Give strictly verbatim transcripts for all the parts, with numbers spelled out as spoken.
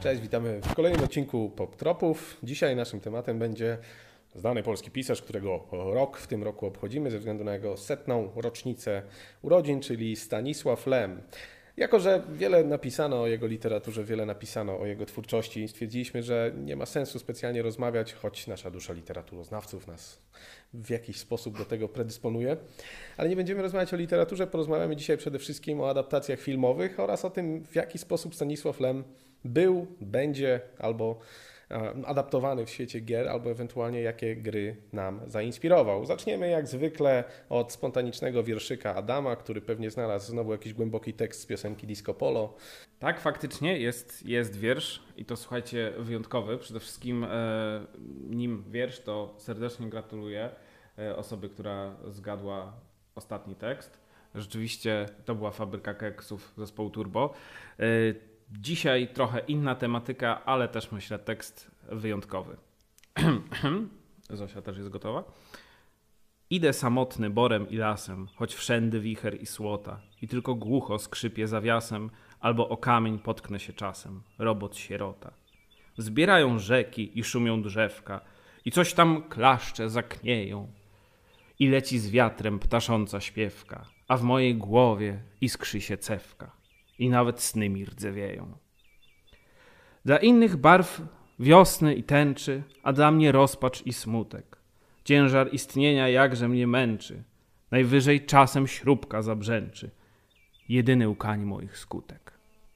Cześć, witamy w kolejnym odcinku Pop Tropów. Dzisiaj naszym tematem będzie znany polski pisarz, którego rok w tym roku obchodzimy ze względu na jego setną rocznicę urodzin, czyli Stanisław Lem. Jako że wiele napisano o jego literaturze, wiele napisano o jego twórczości, stwierdziliśmy, że nie ma sensu specjalnie rozmawiać, choć nasza dusza literaturoznawców nas w jakiś sposób do tego predysponuje. Ale nie będziemy rozmawiać o literaturze, porozmawiamy dzisiaj przede wszystkim o adaptacjach filmowych oraz o tym, w jaki sposób Stanisław Lem był, będzie albo adaptowany w świecie gier, albo ewentualnie jakie gry nam zainspirował. Zaczniemy jak zwykle od spontanicznego wierszyka Adama, który pewnie znalazł znowu jakiś głęboki tekst z piosenki Disco Polo. Tak, faktycznie jest, jest wiersz i to słuchajcie wyjątkowy. Przede wszystkim e, nim wiersz, to serdecznie gratuluję e, osoby, która zgadła ostatni tekst. Rzeczywiście to była Fabryka Keksów zespołu Turbo. E, Dzisiaj trochę inna tematyka, ale też myślę tekst wyjątkowy. Zosia też jest gotowa. Idę samotny borem i lasem, choć wszędy wicher i słota i tylko głucho skrzypie zawiasem albo o kamień potknę się czasem, robot sierota. Zbierają rzeki i szumią drzewka i coś tam klaszcze zaknieją i leci z wiatrem ptasząca śpiewka, a w mojej głowie iskrzy się cewka. I nawet sny mi rdzewieją. Dla innych barw wiosny i tęczy, a dla mnie rozpacz i smutek. Ciężar istnienia jakże mnie męczy. Najwyżej czasem śrubka zabrzęczy. Jedyny łkań moich skutek.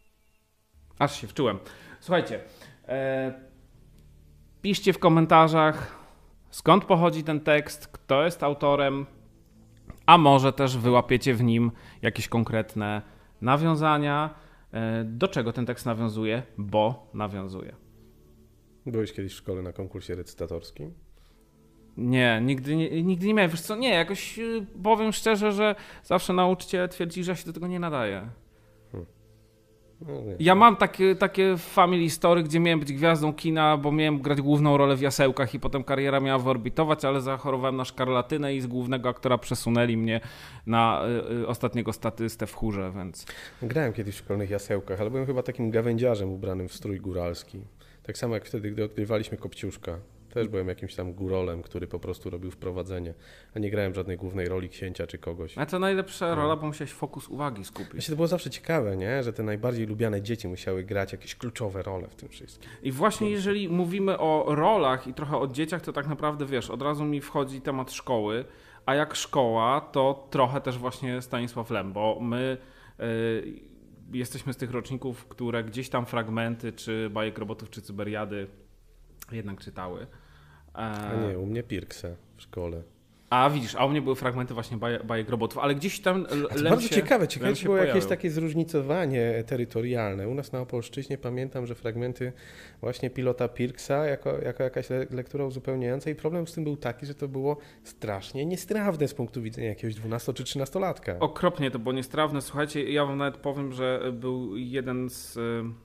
Aż się wczułem. Słuchajcie, e, piszcie w komentarzach, skąd pochodzi ten tekst, kto jest autorem, a może też wyłapiecie w nim jakieś konkretne nawiązania. Do czego ten tekst nawiązuje? Bo nawiązuje. Byłeś kiedyś w szkole na konkursie recytatorskim? Nie, nigdy nie, nigdy nie miałem. Wiesz co, nie, jakoś powiem szczerze, że zawsze nauczyciele twierdzili, że ja się do tego nie nadaję. Hmm. No ja mam takie, takie family story, gdzie miałem być gwiazdą kina, bo miałem grać główną rolę w Jasełkach i potem kariera miała wyorbitować, ale zachorowałem na szkarlatynę i z głównego aktora przesunęli mnie na y, ostatniego statystę w chórze, więc... Grałem kiedyś w szkolnych Jasełkach, ale byłem chyba takim gawędziarzem ubranym w strój góralski. Tak samo jak wtedy, gdy odgrywaliśmy Kopciuszka. Też byłem jakimś tam górolem, który po prostu robił wprowadzenie, a nie grałem żadnej głównej roli księcia czy kogoś. A to najlepsza rola, bo musiałeś fokus uwagi skupić. Właśnie to było zawsze ciekawe, nie? Że te najbardziej lubiane dzieci musiały grać jakieś kluczowe role w tym wszystkim. I właśnie jeżeli mówimy o rolach i trochę o dzieciach, to tak naprawdę wiesz, od razu mi wchodzi temat szkoły, a jak szkoła, to trochę też właśnie Stanisław Lem, bo my yy, jesteśmy z tych roczników, które gdzieś tam fragmenty, czy Bajek Robotów, czy Cyberiady jednak czytały. A nie, u mnie Pirkse w szkole. A widzisz, a u mnie były fragmenty właśnie baj, Bajek Robotów, ale gdzieś tam to bardzo się, ciekawe, ciekawe czy było pojawił. Jakieś takie zróżnicowanie terytorialne. U nas na Opolszczyźnie pamiętam, że fragmenty właśnie pilota Pirksa jako, jako jakaś lektura uzupełniająca i problem z tym był taki, że to było strasznie niestrawne z punktu widzenia jakiegoś dwunasto- czy trzynastolatka. Okropnie to było niestrawne. Słuchajcie, ja wam nawet powiem, że był jeden z...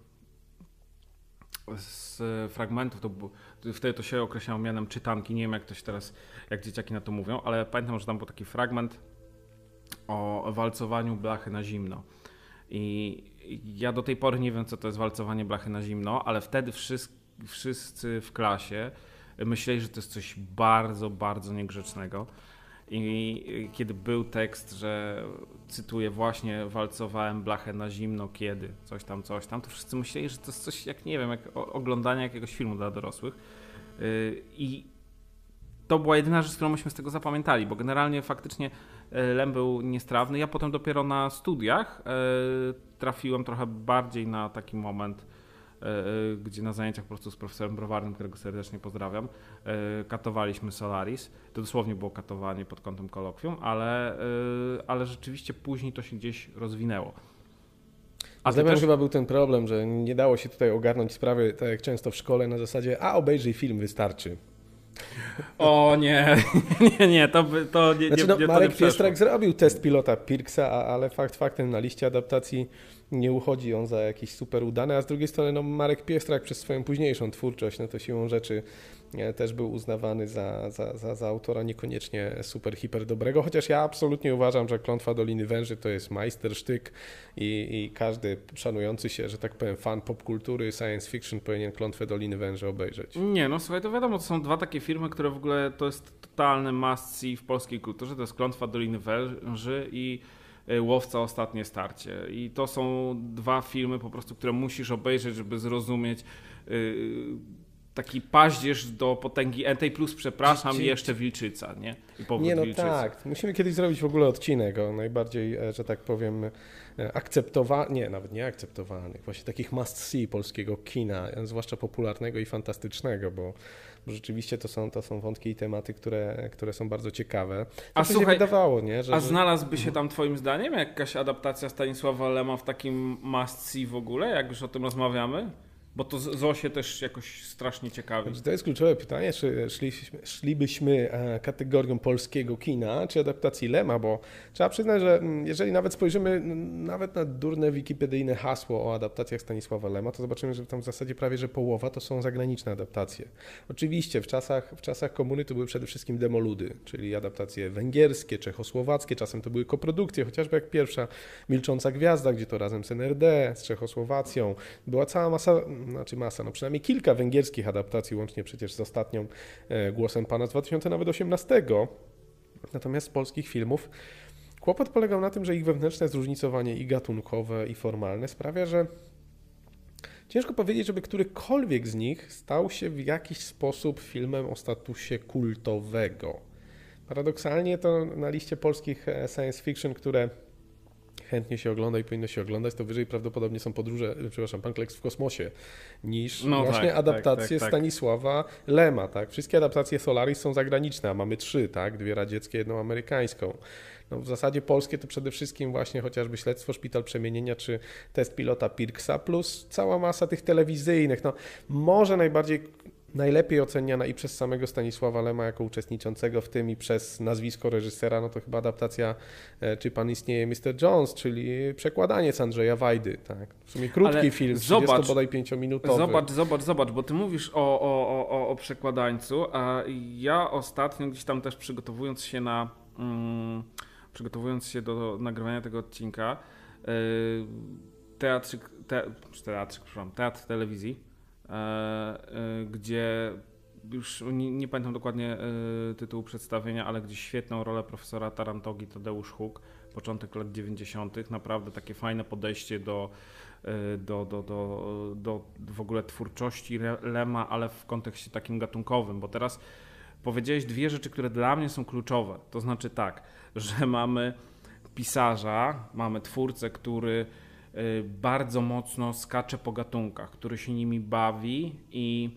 z fragmentów, to był, wtedy to się określało mianem czytanki, nie wiem jak to się teraz, jak dzieciaki na to mówią, ale pamiętam, że tam był taki fragment o walcowaniu blachy na zimno i ja do tej pory nie wiem, co to jest walcowanie blachy na zimno, ale wtedy wszyscy, wszyscy w klasie myśleli, że to jest coś bardzo, bardzo niegrzecznego. I kiedy był tekst, że cytuję właśnie walcowałem blachę na zimno, kiedy coś tam, coś tam, to wszyscy myśleli, że to jest coś jak, nie wiem, jak oglądanie jakiegoś filmu dla dorosłych. I to była jedyna rzecz, którą myśmy z tego zapamiętali, bo generalnie faktycznie Lem był niestrawny. Ja potem dopiero na studiach trafiłem trochę bardziej na taki moment, gdzie na zajęciach po prostu z profesorem Browarnym, którego serdecznie pozdrawiam, katowaliśmy Solaris. To dosłownie było katowanie pod kątem kolokwium, ale, ale rzeczywiście później to się gdzieś rozwinęło. A Zdawiam też... chyba był ten problem, że nie dało się tutaj ogarnąć sprawy, tak jak często w szkole, na zasadzie a obejrzyj film, wystarczy. O nie, nie, nie, to by to nie, znaczy, nie, no, nie Marek to Piestrak zrobił test pilota Pirksa, ale fakt faktem na liście adaptacji nie uchodzi on za jakiś super udany, a z drugiej strony no, Marek Piestrak przez swoją późniejszą twórczość, no to siłą rzeczy też był uznawany za, za, za, za autora niekoniecznie super, hiper dobrego, chociaż ja absolutnie uważam, że Klątwa Doliny Węży to jest majstersztyk i, i każdy szanujący się, że tak powiem, fan popkultury, science fiction powinien Klątwę Doliny Węży obejrzeć. Nie, no słuchaj, to wiadomo, to są dwa takie filmy, które w ogóle to jest totalny must-see w polskiej kulturze, to jest Klątwa Doliny Węży i Łowca Ostatnie Starcie. I to są dwa filmy po prostu, które musisz obejrzeć, żeby zrozumieć yy, taki paździerz do potęgi Entej plus, przepraszam, Ci, jeszcze Wilczyca, nie? I powód nie, no Wilczycy. tak. Musimy kiedyś zrobić w ogóle odcinek o najbardziej, że tak powiem, akceptowanych, nie, nawet nie akceptowanych, właśnie takich must-see polskiego kina, zwłaszcza popularnego i fantastycznego, bo, bo rzeczywiście to są, to są wątki i tematy, które, które są bardzo ciekawe. To a się słuchaj, wydawało, nie? Że, a znalazłby się tam twoim zdaniem jakaś adaptacja Stanisława Lema w takim must-see w ogóle, jak już o tym rozmawiamy? Bo to Zosię też jakoś strasznie ciekawi. To jest kluczowe pytanie, czy szlibyśmy, szlibyśmy kategorią polskiego kina, czy adaptacji Lema, bo trzeba przyznać, że jeżeli nawet spojrzymy nawet na durne wikipedyjne hasło o adaptacjach Stanisława Lema, to zobaczymy, że tam w zasadzie prawie, że połowa to są zagraniczne adaptacje. Oczywiście w czasach, w czasach komuny to były przede wszystkim demoludy, czyli adaptacje węgierskie, czechosłowackie, czasem to były koprodukcje, chociażby jak pierwsza Milcząca Gwiazda, gdzie to razem z N R D, z Czechosłowacją, była cała masa, znaczy masa, no przynajmniej kilka węgierskich adaptacji, łącznie przecież z ostatnią e, Głosem Pana z dwa tysiące osiemnastego. Natomiast z polskich filmów kłopot polegał na tym, że ich wewnętrzne zróżnicowanie i gatunkowe, i formalne sprawia, że ciężko powiedzieć, żeby którykolwiek z nich stał się w jakiś sposób filmem o statusie kultowego. Paradoksalnie to na liście polskich science fiction, które chętnie się ogląda i powinno się oglądać, to wyżej prawdopodobnie są podróże, przepraszam, Pan Kleks w kosmosie, niż no właśnie tak, adaptacje tak, tak, Stanisława Lema. Tak? Wszystkie adaptacje Solaris są zagraniczne, a mamy trzy, tak? Dwie radzieckie, jedną amerykańską. No w zasadzie polskie to przede wszystkim właśnie chociażby Śledztwo Szpital Przemienienia czy Test Pilota Pirksa, plus cała masa tych telewizyjnych. No, może najbardziej najlepiej oceniana i przez samego Stanisława Lema jako uczestniczącego w tym i przez nazwisko reżysera, no to chyba adaptacja Czy Pan istnieje, mister Jones, czyli przekładanie z Andrzeja Wajdy. Tak? W sumie krótki Ale film, trzydziesto bodaj pięciominutowy. Zobacz, zobacz, zobacz, bo ty mówisz o, o, o, o przekładańcu, a ja ostatnio gdzieś tam też przygotowując się na mm, przygotowując się do nagrywania tego odcinka, yy, teatrzyk, te, teatrzyk, przepraszam, teatr telewizji, gdzie już nie, nie pamiętam dokładnie tytułu przedstawienia, ale gdzie świetną rolę profesora Tarantogi Tadeusz Huk, początek lat dziewięćdziesiątych. Naprawdę takie fajne podejście do, do, do, do, do w ogóle twórczości Lema, ale w kontekście takim gatunkowym, bo teraz powiedziałeś dwie rzeczy, które dla mnie są kluczowe. To znaczy tak, że mamy pisarza, mamy twórcę, który bardzo mocno skacze po gatunkach, który się nimi bawi i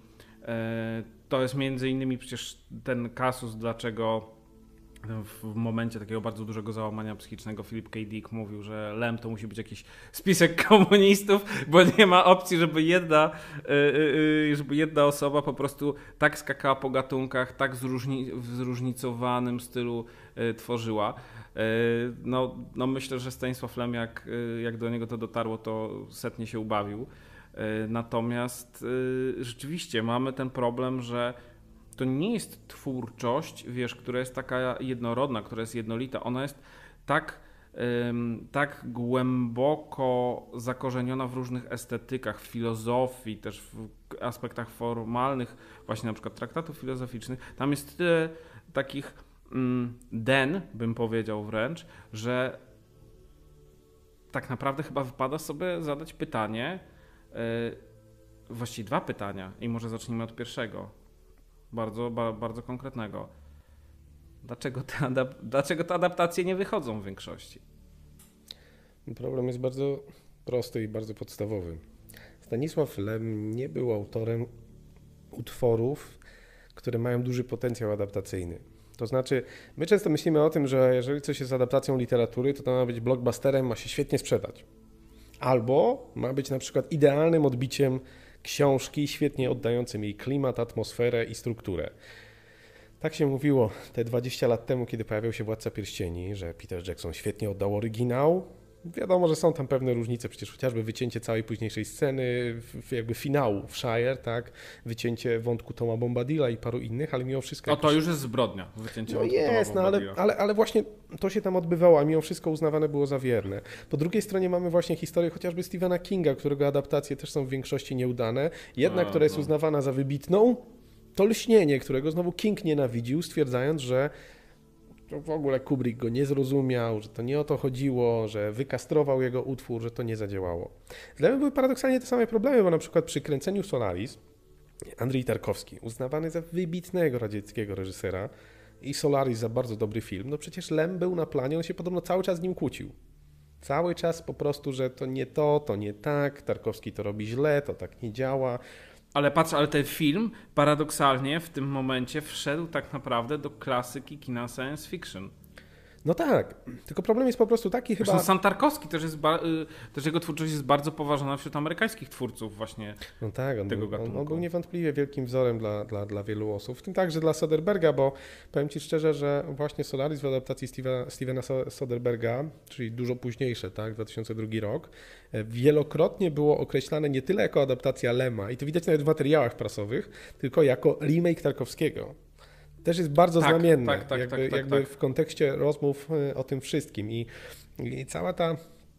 to jest między innymi przecież ten kasus, dlaczego w momencie takiego bardzo dużego załamania psychicznego Philip K. Dick mówił, że Lem to musi być jakiś spisek komunistów, bo nie ma opcji, żeby jedna, żeby jedna osoba po prostu tak skakała po gatunkach, tak zróżni, w zróżnicowanym stylu tworzyła. No, no myślę, że Stanisław Lem, jak, jak do niego to dotarło, to setnie się ubawił. Natomiast rzeczywiście mamy ten problem, że to nie jest twórczość, wiesz, która jest taka jednorodna, która jest jednolita. Ona jest tak, tak głęboko zakorzeniona w różnych estetykach, w filozofii, też w aspektach formalnych, właśnie na przykład traktatów filozoficznych. Tam jest tyle takich den, bym powiedział wręcz, że tak naprawdę chyba wypada sobie zadać pytanie, właściwie dwa pytania i może zacznijmy od pierwszego, bardzo, ba, bardzo konkretnego. Dlaczego te, adap- dlaczego te adaptacje nie wychodzą w większości? Problem jest bardzo prosty i bardzo podstawowy. Stanisław Lem nie był autorem utworów, które mają duży potencjał adaptacyjny. To znaczy, my często myślimy o tym, że jeżeli coś jest adaptacją literatury, to to ma być blockbusterem, ma się świetnie sprzedać. Albo ma być na przykład idealnym odbiciem książki, świetnie oddającym jej klimat, atmosferę i strukturę. Tak się mówiło te dwadzieścia lat temu, kiedy pojawił się Władca Pierścieni, że Peter Jackson świetnie oddał oryginał, Wiadomo, że są tam pewne różnice, przecież chociażby wycięcie całej późniejszej sceny, jakby finału w Shire, tak? Wycięcie wątku Toma Bombadila i paru innych, ale mimo wszystko... O, to już jest zbrodnia, wycięcie no wątku jest, Toma no Bombadila. ale, ale, ale właśnie to się tam odbywało, a mimo wszystko uznawane było za wierne. Po drugiej stronie mamy właśnie historię chociażby Stephena Kinga, którego adaptacje też są w większości nieudane. Jedna, A, która jest no. uznawana za wybitną, to Lśnienie, którego znowu King nienawidził, stwierdzając, że to w ogóle Kubrick go nie zrozumiał, że to nie o to chodziło, że wykastrował jego utwór, że to nie zadziałało. Dla mnie były paradoksalnie te same problemy, bo na przykład przy kręceniu Solaris Andrzej Tarkowski, uznawany za wybitnego radzieckiego reżysera, i Solaris za bardzo dobry film, no przecież Lem był na planie, on się podobno cały czas z nim kłócił. Cały czas po prostu, że to nie to, to nie tak, Tarkowski to robi źle, to tak nie działa. Ale patrz, ale ten film paradoksalnie w tym momencie wszedł tak naprawdę do klasyki kina science fiction. No tak, tylko problem jest po prostu taki chyba... Zresztą sam Tarkowski też jest, ba- też jego twórczość jest bardzo poważana wśród amerykańskich twórców właśnie. No tak, on, tego był, on, gatunku. on był niewątpliwie wielkim wzorem dla, dla, dla wielu osób, w tym także dla Soderberga, bo powiem Ci szczerze, że właśnie Solaris w adaptacji Steve'a, Stevena Soderberga, czyli dużo późniejsze, tak, dwa tysiące drugi rok, wielokrotnie było określane nie tyle jako adaptacja Lema, i to widać nawet w materiałach prasowych, tylko jako remake Tarkowskiego. Też jest bardzo Tak, znamienne, tak, tak, jakby, tak, tak, jakby tak. w kontekście rozmów o tym wszystkim. I, i cała ta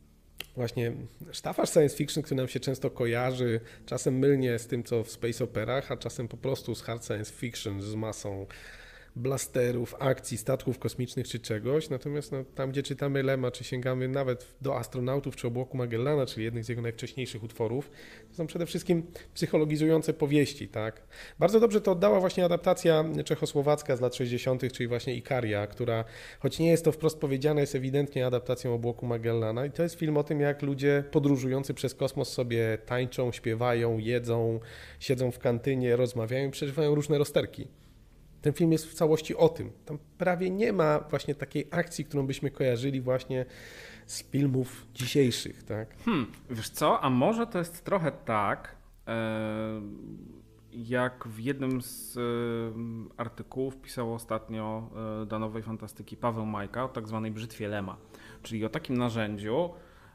właśnie sztafaż science fiction, który nam się często kojarzy, czasem mylnie z tym, co w space operach, a czasem po prostu z hard science fiction, z masą blasterów, akcji, statków kosmicznych czy czegoś. Natomiast no, tam, gdzie czytamy Lema, czy sięgamy nawet do Astronautów czy Obłoku Magellana, czyli jednych z jego najwcześniejszych utworów, to są przede wszystkim psychologizujące powieści. Tak? Bardzo dobrze to oddała właśnie adaptacja czechosłowacka z lat sześćdziesiątych, czyli właśnie Ikaria, która, choć nie jest to wprost powiedziane, jest ewidentnie adaptacją Obłoku Magellana, i to jest film o tym, jak ludzie podróżujący przez kosmos sobie tańczą, śpiewają, jedzą, siedzą w kantynie, rozmawiają i przeżywają różne rozterki. Ten film jest w całości o tym. Tam prawie nie ma właśnie takiej akcji, którą byśmy kojarzyli właśnie z filmów dzisiejszych, tak? Hmm, wiesz co, a może to jest trochę tak, e, jak w jednym z e, artykułów pisał ostatnio e, do Nowej Fantastyki Paweł Majka o tak zwanej brzytwie Lema, czyli o takim narzędziu,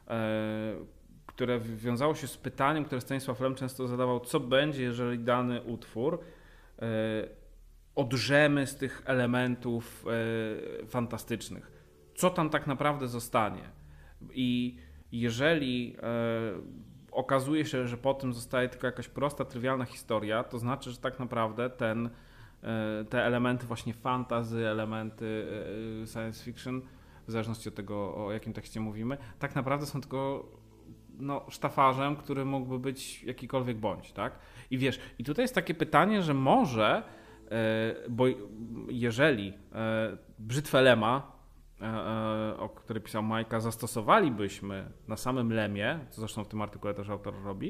e, które wiązało się z pytaniem, które Stanisław Lem często zadawał, co będzie, jeżeli dany utwór e, odrzemy z tych elementów e, fantastycznych. Co tam tak naprawdę zostanie? I jeżeli e, okazuje się, że po tym zostaje tylko jakaś prosta, trywialna historia, to znaczy, że tak naprawdę ten, e, te elementy właśnie fantasy, elementy e, science fiction, w zależności od tego, o jakim tekście mówimy, tak naprawdę są tylko no, sztafarzem, który mógłby być jakikolwiek bądź. Tak? I wiesz, i tutaj jest takie pytanie, że może bo jeżeli brzytwę Lema, o której pisał Majka, zastosowalibyśmy na samym Lemie, co zresztą w tym artykule też autor robi,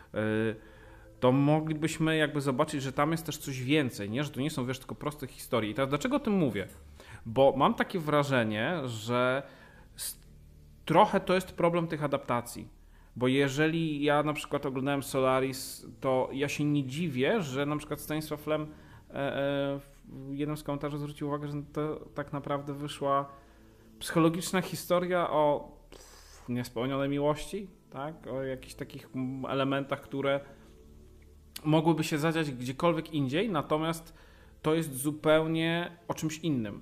to moglibyśmy jakby zobaczyć, że tam jest też coś więcej, nie? Że to nie są, wiesz, tylko proste historie. I teraz dlaczego o tym mówię? Bo mam takie wrażenie, że trochę to jest problem tych adaptacji. Bo jeżeli ja na przykład oglądałem Solaris, to ja się nie dziwię, że na przykład Stanisław Lem w jednym z komentarzy zwrócił uwagę, że to tak naprawdę wyszła psychologiczna historia o niespełnionej miłości, tak? O jakichś takich elementach, które mogłyby się zadziać gdziekolwiek indziej, natomiast to jest zupełnie o czymś innym.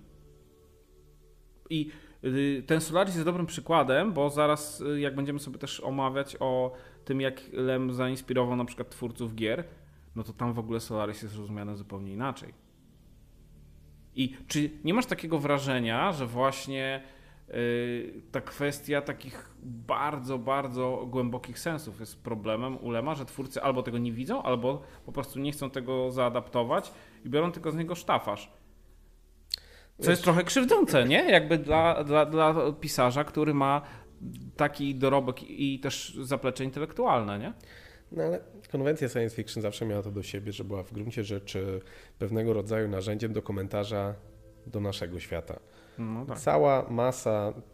I ten Solaris jest dobrym przykładem, bo zaraz jak będziemy sobie też omawiać o tym, jak Lem zainspirował na przykład twórców gier, no to tam w ogóle Solaris jest rozumiany zupełnie inaczej. I czy nie masz takiego wrażenia, że właśnie yy, ta kwestia takich bardzo, bardzo głębokich sensów jest problemem u Lema, że twórcy albo tego nie widzą, albo po prostu nie chcą tego zaadaptować i biorą tylko z niego sztafaż. Co jest trochę krzywdzące, nie? Jakby dla, dla, dla pisarza, który ma taki dorobek i też zaplecze intelektualne, nie? No ale konwencja science fiction zawsze miała to do siebie, że była w gruncie rzeczy pewnego rodzaju narzędziem do komentarza do naszego świata. No tak. Cała masa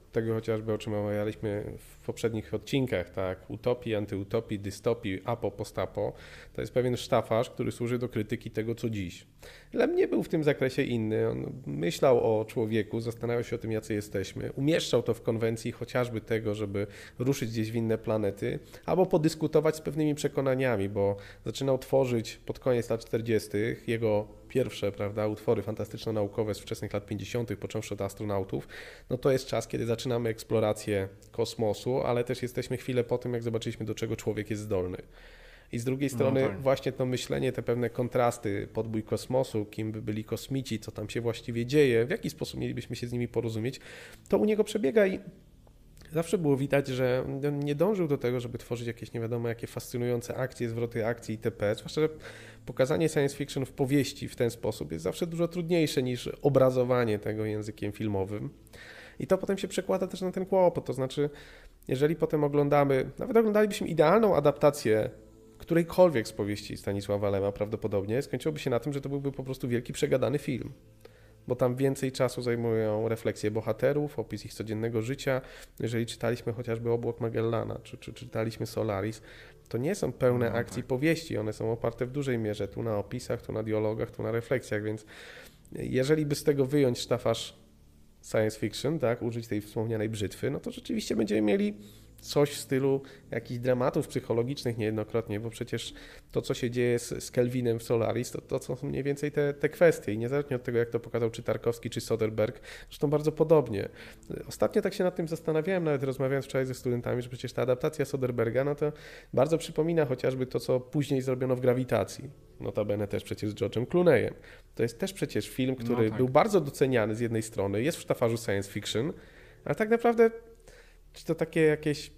tego chociażby, o czym omawialiśmy w poprzednich odcinkach, tak, utopii, antyutopii, dystopii, apo, postapo, to jest pewien sztafaż, który służy do krytyki tego, co dziś. Lem nie był w tym zakresie inny. On myślał o człowieku, zastanawiał się o tym, jacy jesteśmy, umieszczał to w konwencji chociażby tego, żeby ruszyć gdzieś w inne planety, albo podyskutować z pewnymi przekonaniami, bo zaczynał tworzyć pod koniec lat czterdziestych jego pierwsze, prawda, utwory fantastyczno-naukowe z wczesnych lat pięćdziesiątych, począwszy od astronautów. No to jest czas, kiedy zaczynamy eksplorację kosmosu, ale też jesteśmy chwilę po tym, jak zobaczyliśmy, do czego człowiek jest zdolny. I z drugiej strony no tak. właśnie to myślenie, te pewne kontrasty, podbój kosmosu, kim by byli kosmici, co tam się właściwie dzieje, w jaki sposób mielibyśmy się z nimi porozumieć, to u niego przebiega i zawsze było widać, że on nie dążył do tego, żeby tworzyć jakieś nie wiadomo jakie fascynujące akcje, zwroty akcji itp. Zwłaszcza, że pokazanie science fiction w powieści w ten sposób jest zawsze dużo trudniejsze niż obrazowanie tego językiem filmowym. I to potem się przekłada też na ten kłopot, to znaczy, jeżeli potem oglądamy, nawet oglądalibyśmy idealną adaptację którejkolwiek z powieści Stanisława Lema prawdopodobnie, skończyłoby się na tym, że to byłby po prostu wielki, przegadany film. Bo tam więcej czasu zajmują refleksje bohaterów, opis ich codziennego życia. Jeżeli czytaliśmy chociażby Obłok Magellana, czy, czy czytaliśmy Solaris, to nie są pełne no, akcji tak. powieści, one są oparte w dużej mierze tu na opisach, tu na dialogach, tu na refleksjach, więc jeżeli by z tego wyjąć sztafaż science fiction, tak, użyć tej wspomnianej brzytwy, no to rzeczywiście będziemy mieli coś w stylu jakichś dramatów psychologicznych niejednokrotnie, bo przecież to, co się dzieje z, z Kelvinem w Solaris, to, to są mniej więcej te, te kwestie i niezależnie od tego, jak to pokazał czy Tarkowski, czy Soderbergh, zresztą bardzo podobnie. Ostatnio tak się nad tym zastanawiałem, nawet rozmawiając wczoraj ze studentami, że przecież ta adaptacja Soderbergha, no to bardzo przypomina chociażby to, co później zrobiono w Grawitacji. Notabene też przecież z George'em Clooneyem. To jest też przecież film, który no tak. był bardzo doceniany z jednej strony, jest w sztafarzu science fiction, ale tak naprawdę czy to takie jakieś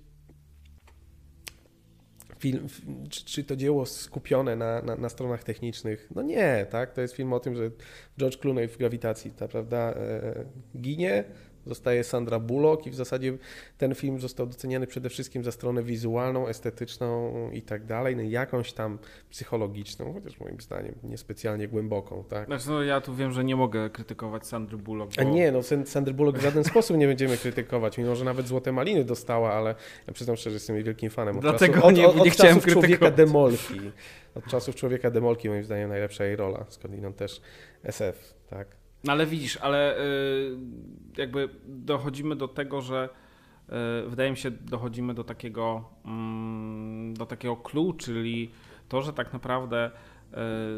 film, czy, czy to dzieło skupione na, na, na stronach technicznych? No nie, tak? To jest film o tym, że George Clooney w Grawitacji, ta, prawda, e, ginie, zostaje Sandra Bullock i w zasadzie ten film został doceniany przede wszystkim za stronę wizualną, estetyczną i tak dalej, no jakąś tam psychologiczną, chociaż moim zdaniem niespecjalnie głęboką, tak? Znaczy, no ja tu wiem, że nie mogę krytykować Sandry Bullock. Bo... A nie, no Sandry Bullock w żaden sposób nie będziemy krytykować, mimo że nawet Złote Maliny dostała, ale ja przyznam szczerze, że jestem jej wielkim fanem. Od Dlatego czasu, nie, od, od, nie od chciałem czasów krytykować. Człowieka Demolki. Od czasów Człowieka Demolki moim zdaniem najlepsza jej rola, skądinąd też S F, tak? No ale widzisz, ale yy, jakby dochodzimy do tego, że yy, wydaje mi się, dochodzimy do takiego yy, do takiego clue, czyli to, że tak naprawdę yy,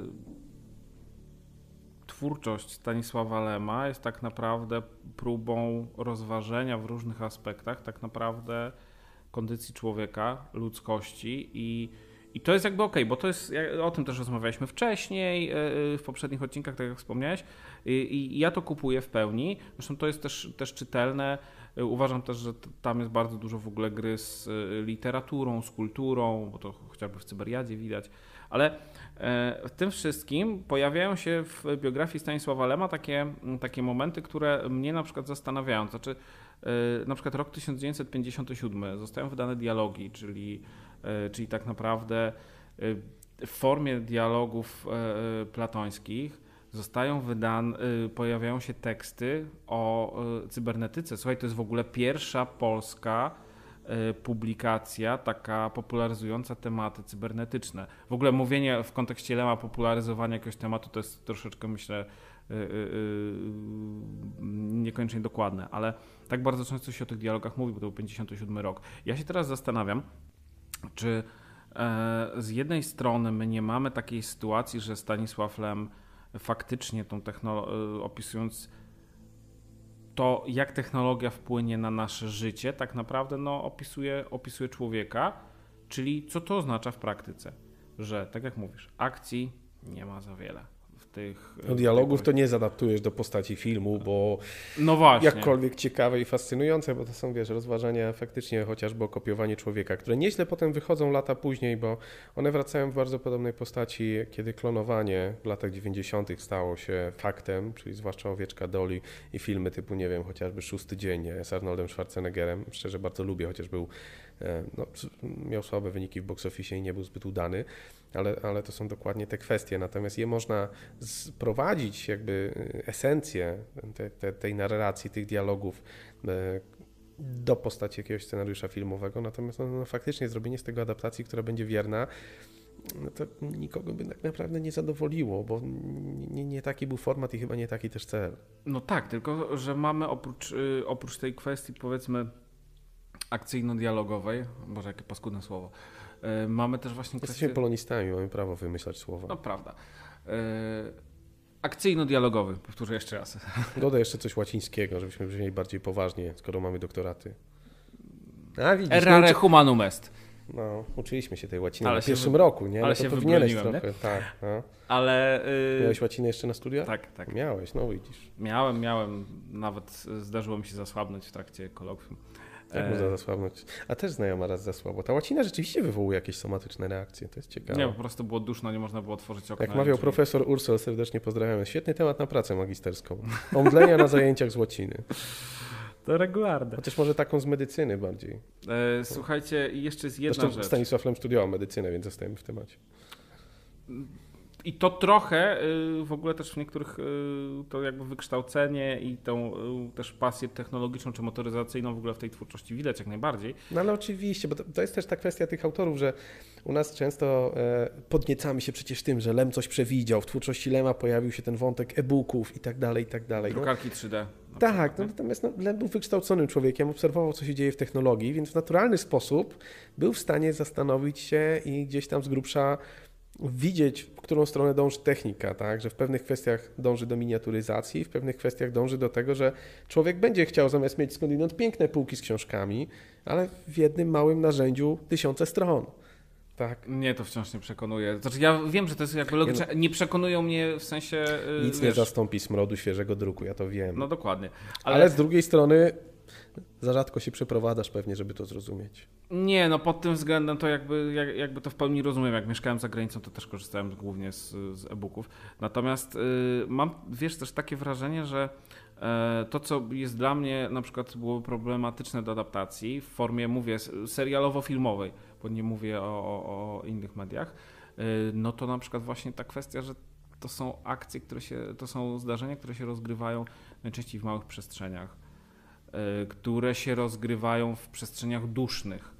twórczość Stanisława Lema jest tak naprawdę próbą rozważenia w różnych aspektach tak naprawdę kondycji człowieka, ludzkości i I to jest jakby okej, okay, bo to jest, o tym też rozmawialiśmy wcześniej, w poprzednich odcinkach, tak jak wspomniałeś, i ja to kupuję w pełni. Zresztą to jest też, też czytelne. Uważam też, że tam jest bardzo dużo w ogóle gry z literaturą, z kulturą, bo to chociażby w Cyberiadzie widać, ale w tym wszystkim pojawiają się w biografii Stanisława Lema takie, takie momenty, które mnie na przykład zastanawiają. Znaczy, na przykład rok tysiąc dziewięćset pięćdziesiąty siódmy zostają wydane dialogi, czyli czyli tak naprawdę w formie dialogów platońskich zostają wydane, pojawiają się teksty o cybernetyce. Słuchaj, to jest w ogóle pierwsza polska publikacja taka popularyzująca tematy cybernetyczne. W ogóle mówienie w kontekście Lema popularyzowania jakiegoś tematu to jest troszeczkę, myślę, niekoniecznie dokładne, ale tak bardzo często się o tych dialogach mówi, bo to był pięćdziesiąty siódmy rok. Ja się teraz zastanawiam, czy e, z jednej strony my nie mamy takiej sytuacji, że Stanisław Lem faktycznie tą technologię, opisując to, jak technologia wpłynie na nasze życie, tak naprawdę no, opisuje, opisuje człowieka, czyli co to oznacza w praktyce, że tak jak mówisz, akcji nie ma za wiele. Tych, no, dialogów to nie zadaptujesz do postaci filmu, bo no właśnie. jakkolwiek ciekawe i fascynujące, bo to są, wiesz, rozważania faktycznie chociażby o kopiowaniu człowieka, które nieźle potem wychodzą lata później, bo one wracają w bardzo podobnej postaci, kiedy klonowanie w latach dziewięćdziesiątych stało się faktem, czyli zwłaszcza Owieczka Dolly i filmy typu, nie wiem, chociażby Szósty Dzień z Arnoldem Schwarzeneggerem. Szczerze bardzo lubię, chociaż był, no, miał słabe wyniki w box office i nie był zbyt udany. Ale, ale to są dokładnie te kwestie, natomiast je można sprowadzić jakby esencję te, te, tej narracji, tych dialogów do postaci jakiegoś scenariusza filmowego, natomiast no, no, faktycznie zrobienie z tego adaptacji, która będzie wierna, no to nikogo by tak naprawdę nie zadowoliło, bo nie, nie taki był format i chyba nie taki też cel. No tak, tylko że mamy oprócz, y, oprócz tej kwestii, powiedzmy, akcyjno-dialogowej, boże, jakie paskudne słowo, y, mamy też właśnie kwestię... Jesteśmy polonistami, mamy prawo wymyślać słowa. No prawda. Y, akcyjno-dialogowy, powtórzę jeszcze raz. Dodaj jeszcze coś łacińskiego, żebyśmy brzmieli bardziej poważnie, skoro mamy doktoraty. A widzisz, Errare uczy... humanum est. No, uczyliśmy się tej łaciny ale na pierwszym wy... roku, nie? Ale No to się powinieneś trochę. nie? Tak, no. Ale... Yy... Miałeś łacinę jeszcze na studiach? Tak, tak. Miałeś, no widzisz. Miałem, miałem. Nawet zdarzyło mi się zasłabnąć w trakcie kolokwium. Jak można zasłabnąć? A też znajoma raz zasłabo. Ta łacina rzeczywiście wywołuje jakieś somatyczne reakcje, to jest ciekawe. Nie, po prostu było duszno, nie można było otworzyć okna. Jak mawiał profesor Ursel, serdecznie pozdrawiamy. Świetny temat na pracę magisterską. Omdlenia na zajęciach z łaciny. To regularne. Chociaż może taką z medycyny bardziej. E, słuchajcie, jeszcze jest jedna Zresztą rzecz. Stanisław Lem studiował medycynę, więc zostajemy w temacie. I to trochę y, w ogóle też w niektórych y, to jakby wykształcenie i tą y, też pasję technologiczną czy motoryzacyjną w ogóle w tej twórczości widać jak najbardziej. No ale oczywiście, bo to, to jest też ta kwestia tych autorów, że u nas często e, podniecamy się przecież tym, że Lem coś przewidział. W twórczości Lema pojawił się ten wątek e-booków i tak dalej, i tak dalej. Drukarki trzy D. Tak, przykład, no, natomiast no, Lem był wykształconym człowiekiem, obserwował, co się dzieje w technologii, więc w naturalny sposób był w stanie zastanowić się i gdzieś tam z grubsza widzieć, w którą stronę dąży technika, tak? Że w pewnych kwestiach dąży do miniaturyzacji, w pewnych kwestiach dąży do tego, że człowiek będzie chciał zamiast mieć skądinąd piękne półki z książkami, ale w jednym małym narzędziu tysiące stron. Tak. Mnie to wciąż nie przekonuje. Znaczy ja wiem, że to jest jakby logiczne. Nie przekonują mnie w sensie... Yy, Nic wiesz, nie zastąpi smrodu świeżego druku, ja to wiem. No dokładnie. Ale... ale z drugiej strony za rzadko się przeprowadzasz pewnie, żeby to zrozumieć. Nie, no pod tym względem to jakby, jak, jakby to w pełni rozumiem. Jak mieszkałem za granicą, to też korzystałem głównie z, z e-booków. Natomiast y, mam, wiesz, też takie wrażenie, że y, to, co jest dla mnie na przykład było problematyczne do adaptacji w formie, mówię, serialowo-filmowej, bo nie mówię o, o, o innych mediach, y, no to na przykład właśnie ta kwestia, że to są akcje, które się, to są zdarzenia, które się rozgrywają najczęściej w małych przestrzeniach, y, które się rozgrywają w przestrzeniach dusznych,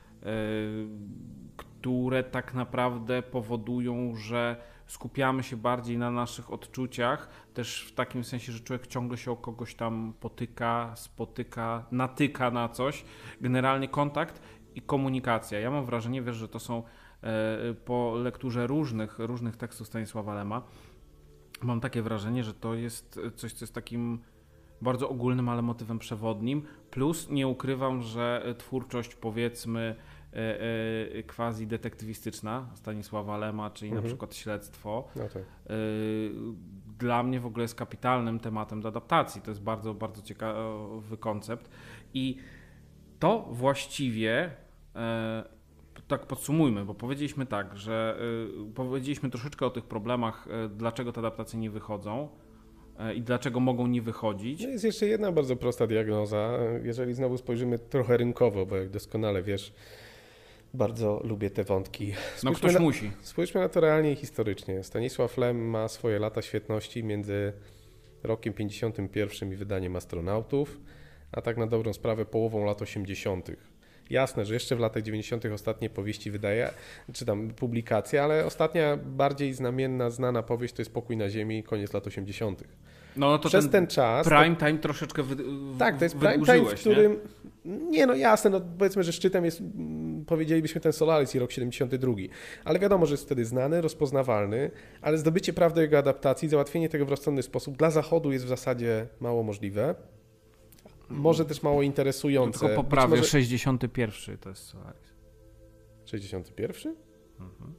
które tak naprawdę powodują, że skupiamy się bardziej na naszych odczuciach, też w takim sensie, że człowiek ciągle się o kogoś tam potyka, spotyka, natyka na coś. Generalnie kontakt i komunikacja. Ja mam wrażenie, wiesz, że to są po lekturze różnych, różnych tekstów Stanisława Lema, mam takie wrażenie, że to jest coś, co jest takim bardzo ogólnym, ale motywem przewodnim. Plus nie ukrywam, że twórczość, powiedzmy, e, e, quasi detektywistyczna Stanisława Lema, czyli mhm. na przykład śledztwo, no tak. e, dla mnie w ogóle jest kapitalnym tematem do adaptacji. To jest bardzo, bardzo ciekawy koncept. I to właściwie, e, tak podsumujmy, bo powiedzieliśmy tak, że e, powiedzieliśmy troszeczkę o tych problemach, e, dlaczego te adaptacje nie wychodzą i dlaczego mogą nie wychodzić. No jest jeszcze jedna bardzo prosta diagnoza. Jeżeli znowu spojrzymy trochę rynkowo, bo jak doskonale wiesz, bardzo lubię te wątki. Spójrzmy no ktoś na, musi. Spójrzmy na to realnie i historycznie. Stanisław Lem ma swoje lata świetności między rokiem pięćdziesiątym pierwszym i wydaniem Astronautów, a tak na dobrą sprawę połową lat osiemdziesiątych. Jasne, że jeszcze w latach dziewięćdziesiątych ostatnie powieści wydaje, czy tam publikacje, ale ostatnia bardziej znamienna, znana powieść to jest Pokój na ziemi, koniec lat osiemdziesiątych. No to przez ten, ten czas... Prime time troszeczkę wy, Tak, to jest prime time, w którym... Nie? nie, no jasne, no powiedzmy, że szczytem jest, powiedzielibyśmy, ten Solaris i rok siedemdziesiąty drugi. Ale wiadomo, że jest wtedy znany, rozpoznawalny, ale zdobycie praw do jego adaptacji, załatwienie tego w rozsądny sposób dla Zachodu jest w zasadzie mało możliwe. Może też mało interesujące. Tylko poprawię, może... sześćdziesiąty pierwszy to jest Solaris. sześćdziesiąty pierwszy? Mhm.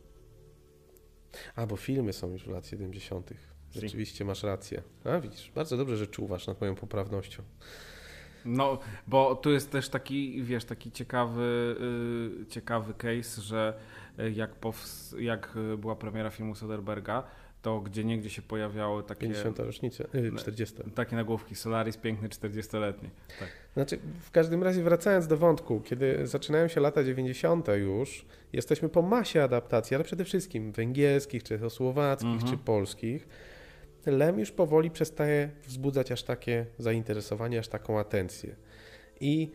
A, bo filmy są już w lat siedemdziesiątych. Rzeczywiście masz rację. A widzisz, bardzo dobrze, że czuwasz nad moją poprawnością. No, bo tu jest też taki, wiesz, taki ciekawy, yy, ciekawy case, że jak, pows- jak była premiera filmu Soderberga, to gdzie niegdzie się pojawiały takie... pięćdziesiąta rocznica, yy, czterdziesta. Takie nagłówki, Solaris piękny czterdziestoletni. Tak. Znaczy, w każdym razie wracając do wątku, kiedy zaczynają się lata dziewięćdziesiąte już, jesteśmy po masie adaptacji, ale przede wszystkim węgierskich, czechosłowackich, mhm. czy polskich, Lem już powoli przestaje wzbudzać aż takie zainteresowanie, aż taką atencję. I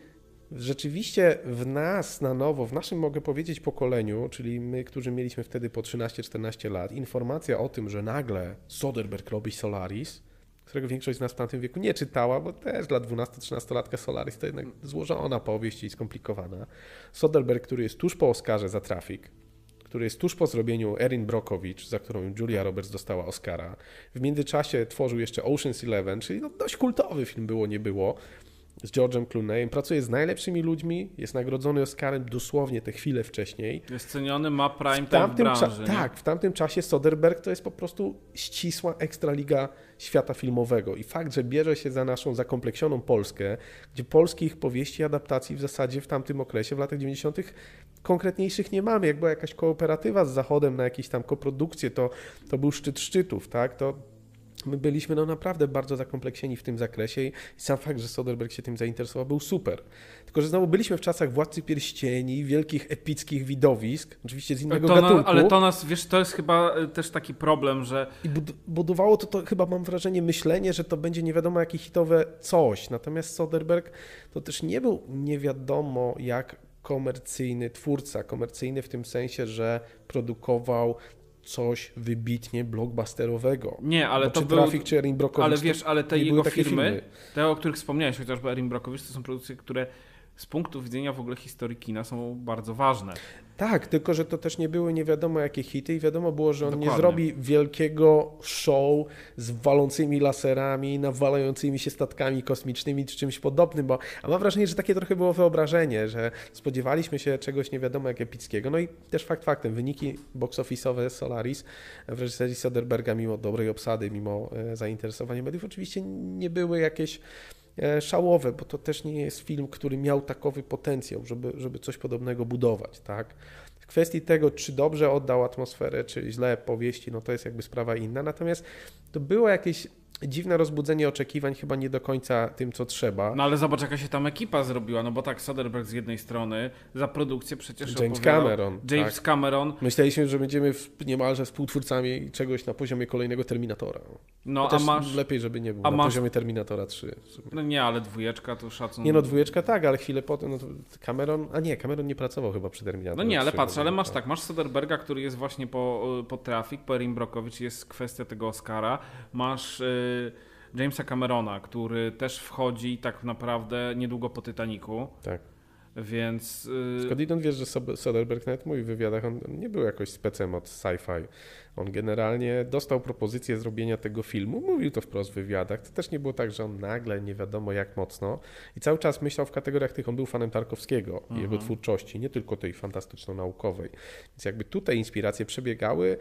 rzeczywiście w nas na nowo, w naszym mogę powiedzieć pokoleniu, czyli my, którzy mieliśmy wtedy po trzynaście czternaście lat, informacja o tym, że nagle Soderbergh robi Solaris, którego większość z nas w tamtym wieku nie czytała, bo też dla dwunasto-trzynastolatka Solaris to jednak złożona powieść i skomplikowana. Soderbergh, który jest tuż po Oscarze za Traffic, który jest tuż po zrobieniu Erin Brockovich, za którą Julia Roberts dostała Oscara. W międzyczasie tworzył jeszcze Ocean's Eleven, czyli no dość kultowy film było, nie było, z George'em Clooneyem. Pracuje z najlepszymi ludźmi, jest nagrodzony Oscarem dosłownie te chwile wcześniej. Jest ceniony, ma prime time w branży. Cza- tak, w tamtym czasie Soderbergh to jest po prostu ścisła ekstraliga świata filmowego i fakt, że bierze się za naszą zakompleksioną Polskę, gdzie polskich powieści, adaptacji w zasadzie w tamtym okresie, w latach dziewięćdziesiątych konkretniejszych nie mamy. Jak była jakaś kooperatywa z Zachodem na jakieś tam koprodukcje, to, to był szczyt szczytów, tak? To my byliśmy no naprawdę bardzo zakompleksieni w tym zakresie i sam fakt, że Soderbergh się tym zainteresował, był super. Tylko że znowu byliśmy w czasach Władcy Pierścieni, wielkich epickich widowisk, oczywiście z innego to gatunku. Na, ale to nas, wiesz, to jest chyba też taki problem, że... I bud- budowało to, to chyba mam wrażenie, myślenie, że to będzie nie wiadomo jakie hitowe coś. Natomiast Soderbergh to też nie był nie wiadomo jak komercyjny twórca. Komercyjny w tym sensie, że produkował coś wybitnie blockbusterowego. Nie, ale Bo to czy był... Traffic, czy Erin Brockovich, ale wiesz, ale te jego filmy, filmy, te, o których wspomniałeś, chociażby Erin Brockovich, to są produkcje, które z punktu widzenia w ogóle historii kina są bardzo ważne. Tak, tylko że to też nie były nie wiadomo jakie hity i wiadomo było, że on Dokładnie. nie zrobi wielkiego show z walącymi laserami, nawalającymi się statkami kosmicznymi czy czymś podobnym, bo a mam wrażenie, że takie trochę było wyobrażenie, że spodziewaliśmy się czegoś nie wiadomo jak epickiego. No i też fakt faktem, wyniki box office'owe Solaris w reżyserii Soderberga mimo dobrej obsady, mimo zainteresowania mediów oczywiście nie były jakieś szałowe, bo to też nie jest film, który miał takowy potencjał, żeby, żeby coś podobnego budować, tak? W kwestii tego, czy dobrze oddał atmosferę, czy źle powieści, no to jest jakby sprawa inna, natomiast to było jakieś dziwne rozbudzenie oczekiwań, chyba nie do końca tym, co trzeba. No ale zobacz, jaka się tam ekipa zrobiła, no bo tak, Soderbergh z jednej strony, za produkcję przecież James opowiadał Cameron. James tak. Cameron. Myśleliśmy, że będziemy niemalże współtwórcami czegoś na poziomie kolejnego Terminatora. No Chociaż a masz... lepiej, żeby nie było, a na masz... poziomie Terminatora trzy. No nie, ale dwójeczka to szacun... Nie no, dwójeczka tak, ale chwilę potem, no to Cameron, a nie, Cameron nie pracował chyba przy Terminatorze. No nie, ale trzy, patrz, ale masz tak, tak, masz Soderberga, który jest właśnie po, po Traffic, po Erin Brockovich, jest kwestia tego Oscara, masz... Yy... Jamesa Camerona, który też wchodzi tak naprawdę niedługo po Titanicu. Tak. Więc... Yy... Skądinąd wiesz, że Soderbergh nawet mówi w wywiadach, on nie był jakoś specem od sci-fi. On generalnie dostał propozycję zrobienia tego filmu, mówił to wprost w wywiadach. To też nie było tak, że on nagle nie wiadomo jak mocno i cały czas myślał w kategoriach tych, on był fanem Tarkowskiego i mhm. jego twórczości, nie tylko tej fantastyczno-naukowej. Więc jakby tutaj inspiracje przebiegały.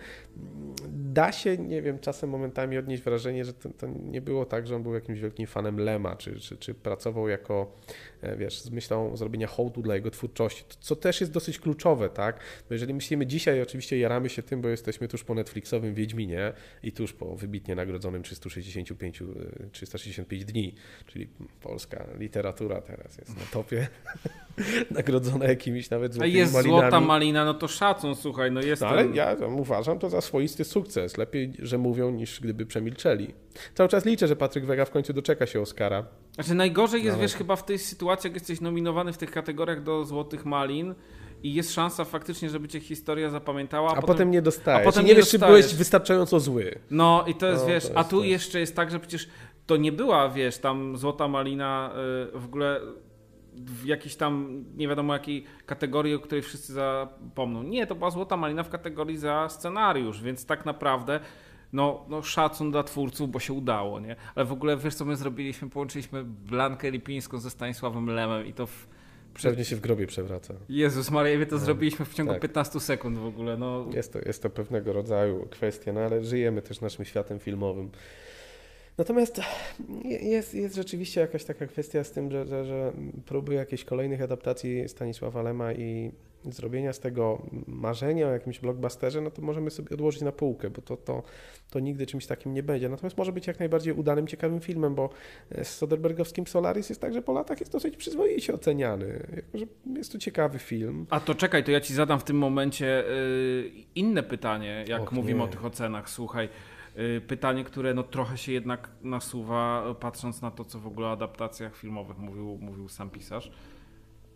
Da się, nie wiem, czasem momentami odnieść wrażenie, że to, to nie było tak, że on był jakimś wielkim fanem Lema, czy, czy, czy pracował jako, wiesz, z myślą zrobienia hołdu dla jego twórczości, co też jest dosyć kluczowe, tak? Bo jeżeli myślimy dzisiaj, oczywiście jaramy się tym, bo jesteśmy tuż po Netflixowym Wiedźminie i tuż po wybitnie nagrodzonym trzysta sześćdziesiąt pięć, trzysta sześćdziesiąt pięć dni, czyli polska literatura teraz jest na topie, nagrodzona jakimiś nawet złotymi jest malinami. Złota malina, no to szacun, słuchaj, no jest no, ale ja uważam to za swoisty sukces. Lepiej, że mówią, niż gdyby przemilczeli. Cały czas liczę, że Patryk Wega w końcu doczeka się Oscara. Znaczy najgorzej jest, no, wiesz, chyba w tej sytuacji, jak jesteś nominowany w tych kategoriach do Złotych Malin, i jest szansa faktycznie, żeby cię historia zapamiętała. A, a potem, potem nie dostajesz. A potem I nie, nie wiesz, dostajesz. czy byłeś wystarczająco zły. No i to jest, no, wiesz, to jest, a tu to jest. jeszcze jest tak, że przecież to nie była, wiesz, tam Złota Malina w ogóle w jakiejś tam, nie wiadomo jakiej kategorii, o której wszyscy zapomną. Nie, to była Złota Malina w kategorii za scenariusz, więc tak naprawdę no, no szacun dla twórców, bo się udało, nie? Ale w ogóle, wiesz co my zrobiliśmy? Połączyliśmy Blankę Lipińską ze Stanisławem Lemem i to w Pewnie się w grobie przewraca. Jezus Maria, my to no, zrobiliśmy w ciągu tak. piętnastu sekund w ogóle. No. Jest to, jest to pewnego rodzaju kwestia, no ale żyjemy też naszym światem filmowym. Natomiast jest, jest rzeczywiście jakaś taka kwestia z tym, że, że, że próby jakichś kolejnych adaptacji Stanisława Lema i zrobienia z tego marzenia o jakimś blockbusterze, no to możemy sobie odłożyć na półkę, bo to, to, to nigdy czymś takim nie będzie. Natomiast może być jak najbardziej udanym, ciekawym filmem, bo z Soderbergowskim Solaris jest tak, że po latach jest dosyć przyzwoicie oceniany. Jako, że jest to ciekawy film. A to czekaj, to ja ci zadam w tym momencie yy, inne pytanie, jak Och, mówimy nie. o tych ocenach. Słuchaj, yy, pytanie, które no trochę się jednak nasuwa, patrząc na to, co w ogóle o adaptacjach filmowych mówił, mówił sam pisarz.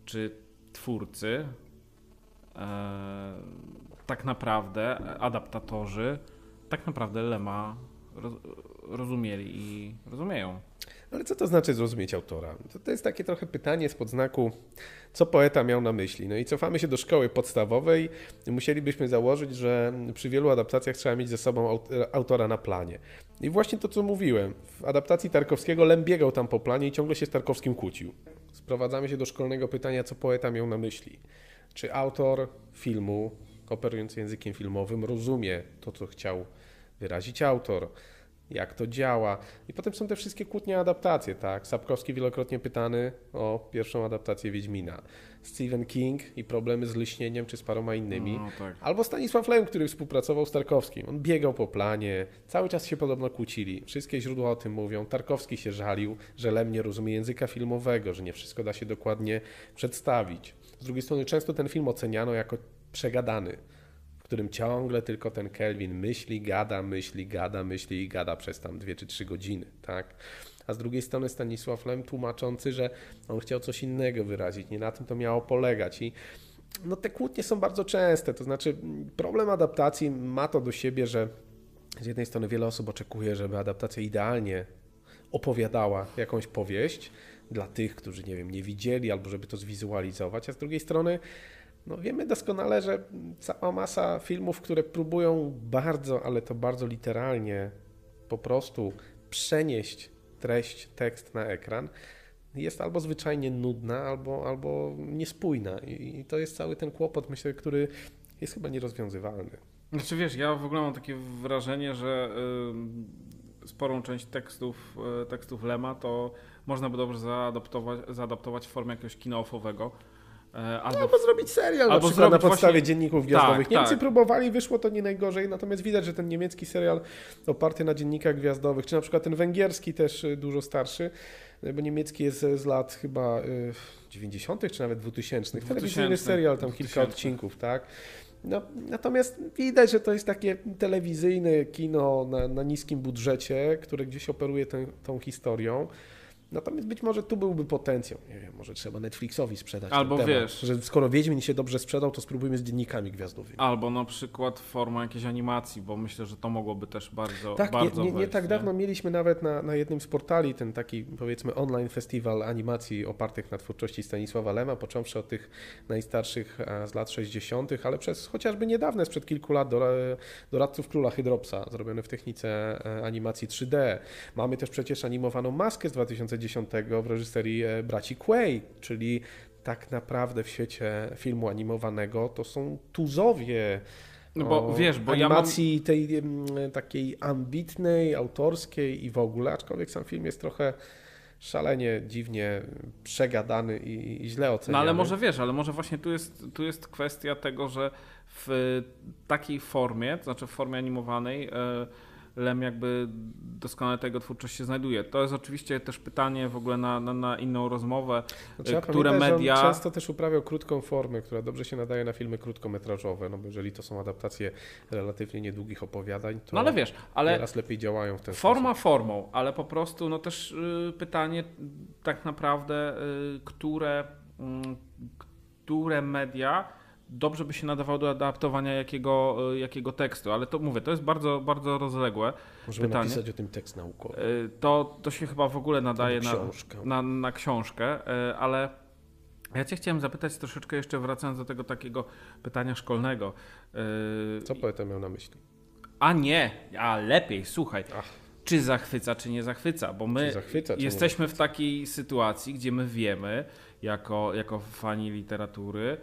czy twórcy, e, tak naprawdę adaptatorzy, tak naprawdę Lema roz, rozumieli i rozumieją. Ale co to znaczy zrozumieć autora? To, to jest takie trochę pytanie spod znaku, co poeta miał na myśli. No i cofamy się do szkoły podstawowej i musielibyśmy założyć, że przy wielu adaptacjach trzeba mieć ze sobą autora na planie. I właśnie to, co mówiłem. W adaptacji Tarkowskiego Lem biegał tam po planie i ciągle się z Tarkowskim kłócił. Sprowadzamy się do szkolnego pytania, co poeta miał na myśli. Czy autor filmu, operujący językiem filmowym, rozumie to, co chciał wyrazić autor? Jak to działa. I potem są te wszystkie kłótnie adaptacje, tak? Sapkowski wielokrotnie pytany o pierwszą adaptację Wiedźmina. Stephen King i problemy z lśnieniem czy z paroma innymi. No, tak. Albo Stanisław Lem, który współpracował z Tarkowskim. On biegał po planie, cały czas się podobno kłócili. Wszystkie źródła o tym mówią. Tarkowski się żalił, że Lem nie rozumie języka filmowego, że nie wszystko da się dokładnie przedstawić. Z drugiej strony często ten film oceniano jako przegadany, w którym ciągle tylko ten Kelvin myśli, gada, myśli, gada, myśli i gada przez tam dwie czy trzy godziny, tak? A z drugiej strony Stanisław Lem tłumaczący, że on chciał coś innego wyrazić, nie na tym to miało polegać i no te kłótnie są bardzo częste, to znaczy problem adaptacji ma to do siebie, że z jednej strony wiele osób oczekuje, żeby adaptacja idealnie opowiadała jakąś powieść dla tych, którzy nie wiem, nie widzieli albo żeby to zwizualizować, a z drugiej strony no wiemy doskonale, że cała masa filmów, które próbują bardzo, ale to bardzo literalnie po prostu przenieść treść, tekst na ekran, jest albo zwyczajnie nudna, albo, albo niespójna. I to jest cały ten kłopot, myślę, który jest chyba nierozwiązywalny. Znaczy wiesz, ja w ogóle mam takie wrażenie, że y, sporą część tekstów, y, tekstów Lema to można by dobrze zaadaptować, zaadaptować w formie jakiegoś kina offowego. Albo, albo zrobić serial albo na przykład na podstawie właśnie... dzienników gwiazdowych. Tak, Niemcy tak. próbowali, wyszło to nie najgorzej, natomiast widać, że ten niemiecki serial oparty na dziennikach gwiazdowych, czy na przykład ten węgierski też dużo starszy, bo niemiecki jest z lat chyba dziewięćdziesiątych czy nawet dwutysięcznych. Telewizyjny serial, tam kilka odcinków, tak? No, natomiast widać, że to jest takie telewizyjne kino na, na niskim budżecie, które gdzieś operuje tę, tą historią. Natomiast być może tu byłby potencjał. Nie wiem, może trzeba Netflixowi sprzedać albo ten wiesz, temat, że skoro Wiedźmin się dobrze sprzedał, to spróbujmy z dziennikami gwiazdowymi. Albo na przykład forma jakiejś animacji, bo myślę, że to mogłoby też bardzo Tak, bardzo nie, nie, nie wejść, tak nie? dawno mieliśmy nawet na, na jednym z portali ten taki, powiedzmy, online festiwal animacji opartych na twórczości Stanisława Lema, począwszy od tych najstarszych z lat sześćdziesiątych, ale przez chociażby niedawne, sprzed kilku lat, do, Doradców Króla Hydropsa, zrobione w technice animacji trzy D. Mamy też przecież animowaną Maskę z dwa tysiące dziesiątego w reżyserii braci Quay, czyli tak naprawdę w świecie filmu animowanego to są tuzowie no bo, wiesz, bo animacji ja mam... tej takiej ambitnej, autorskiej i w ogóle, aczkolwiek sam film jest trochę szalenie, dziwnie przegadany i, i źle oceniany. No ale może wiesz, ale może właśnie tu jest, tu jest kwestia tego, że w takiej formie, to znaczy w formie animowanej, Lem jakby doskonale tego twórczość się znajduje. To jest oczywiście też pytanie w ogóle na, na, na inną rozmowę, no, trzeba które pamiętać, media... że on często też uprawiał krótką formę, która dobrze się nadaje na filmy krótkometrażowe, no bo jeżeli to są adaptacje relatywnie niedługich opowiadań, to no ale wiesz, ale nieraz lepiej działają w ten forma sposób. formą, ale po prostu no też y, pytanie tak naprawdę, y, które, y, które media dobrze by się nadawało do adaptowania jakiego, jakiego tekstu, ale to mówię, to jest bardzo, bardzo rozległe Możemy pytanie. napisać o tym tekst naukowy. To, to się chyba w ogóle nadaje na książkę. Na, na, na książkę, ale ja cię chciałem zapytać troszeczkę jeszcze wracając do tego takiego pytania szkolnego. Co poeta miał na myśli? A nie, a lepiej, słuchaj. Ach. Czy zachwyca, czy nie zachwyca, bo my zachwyca, jesteśmy w takiej sytuacji, gdzie my wiemy, jako, jako fani literatury,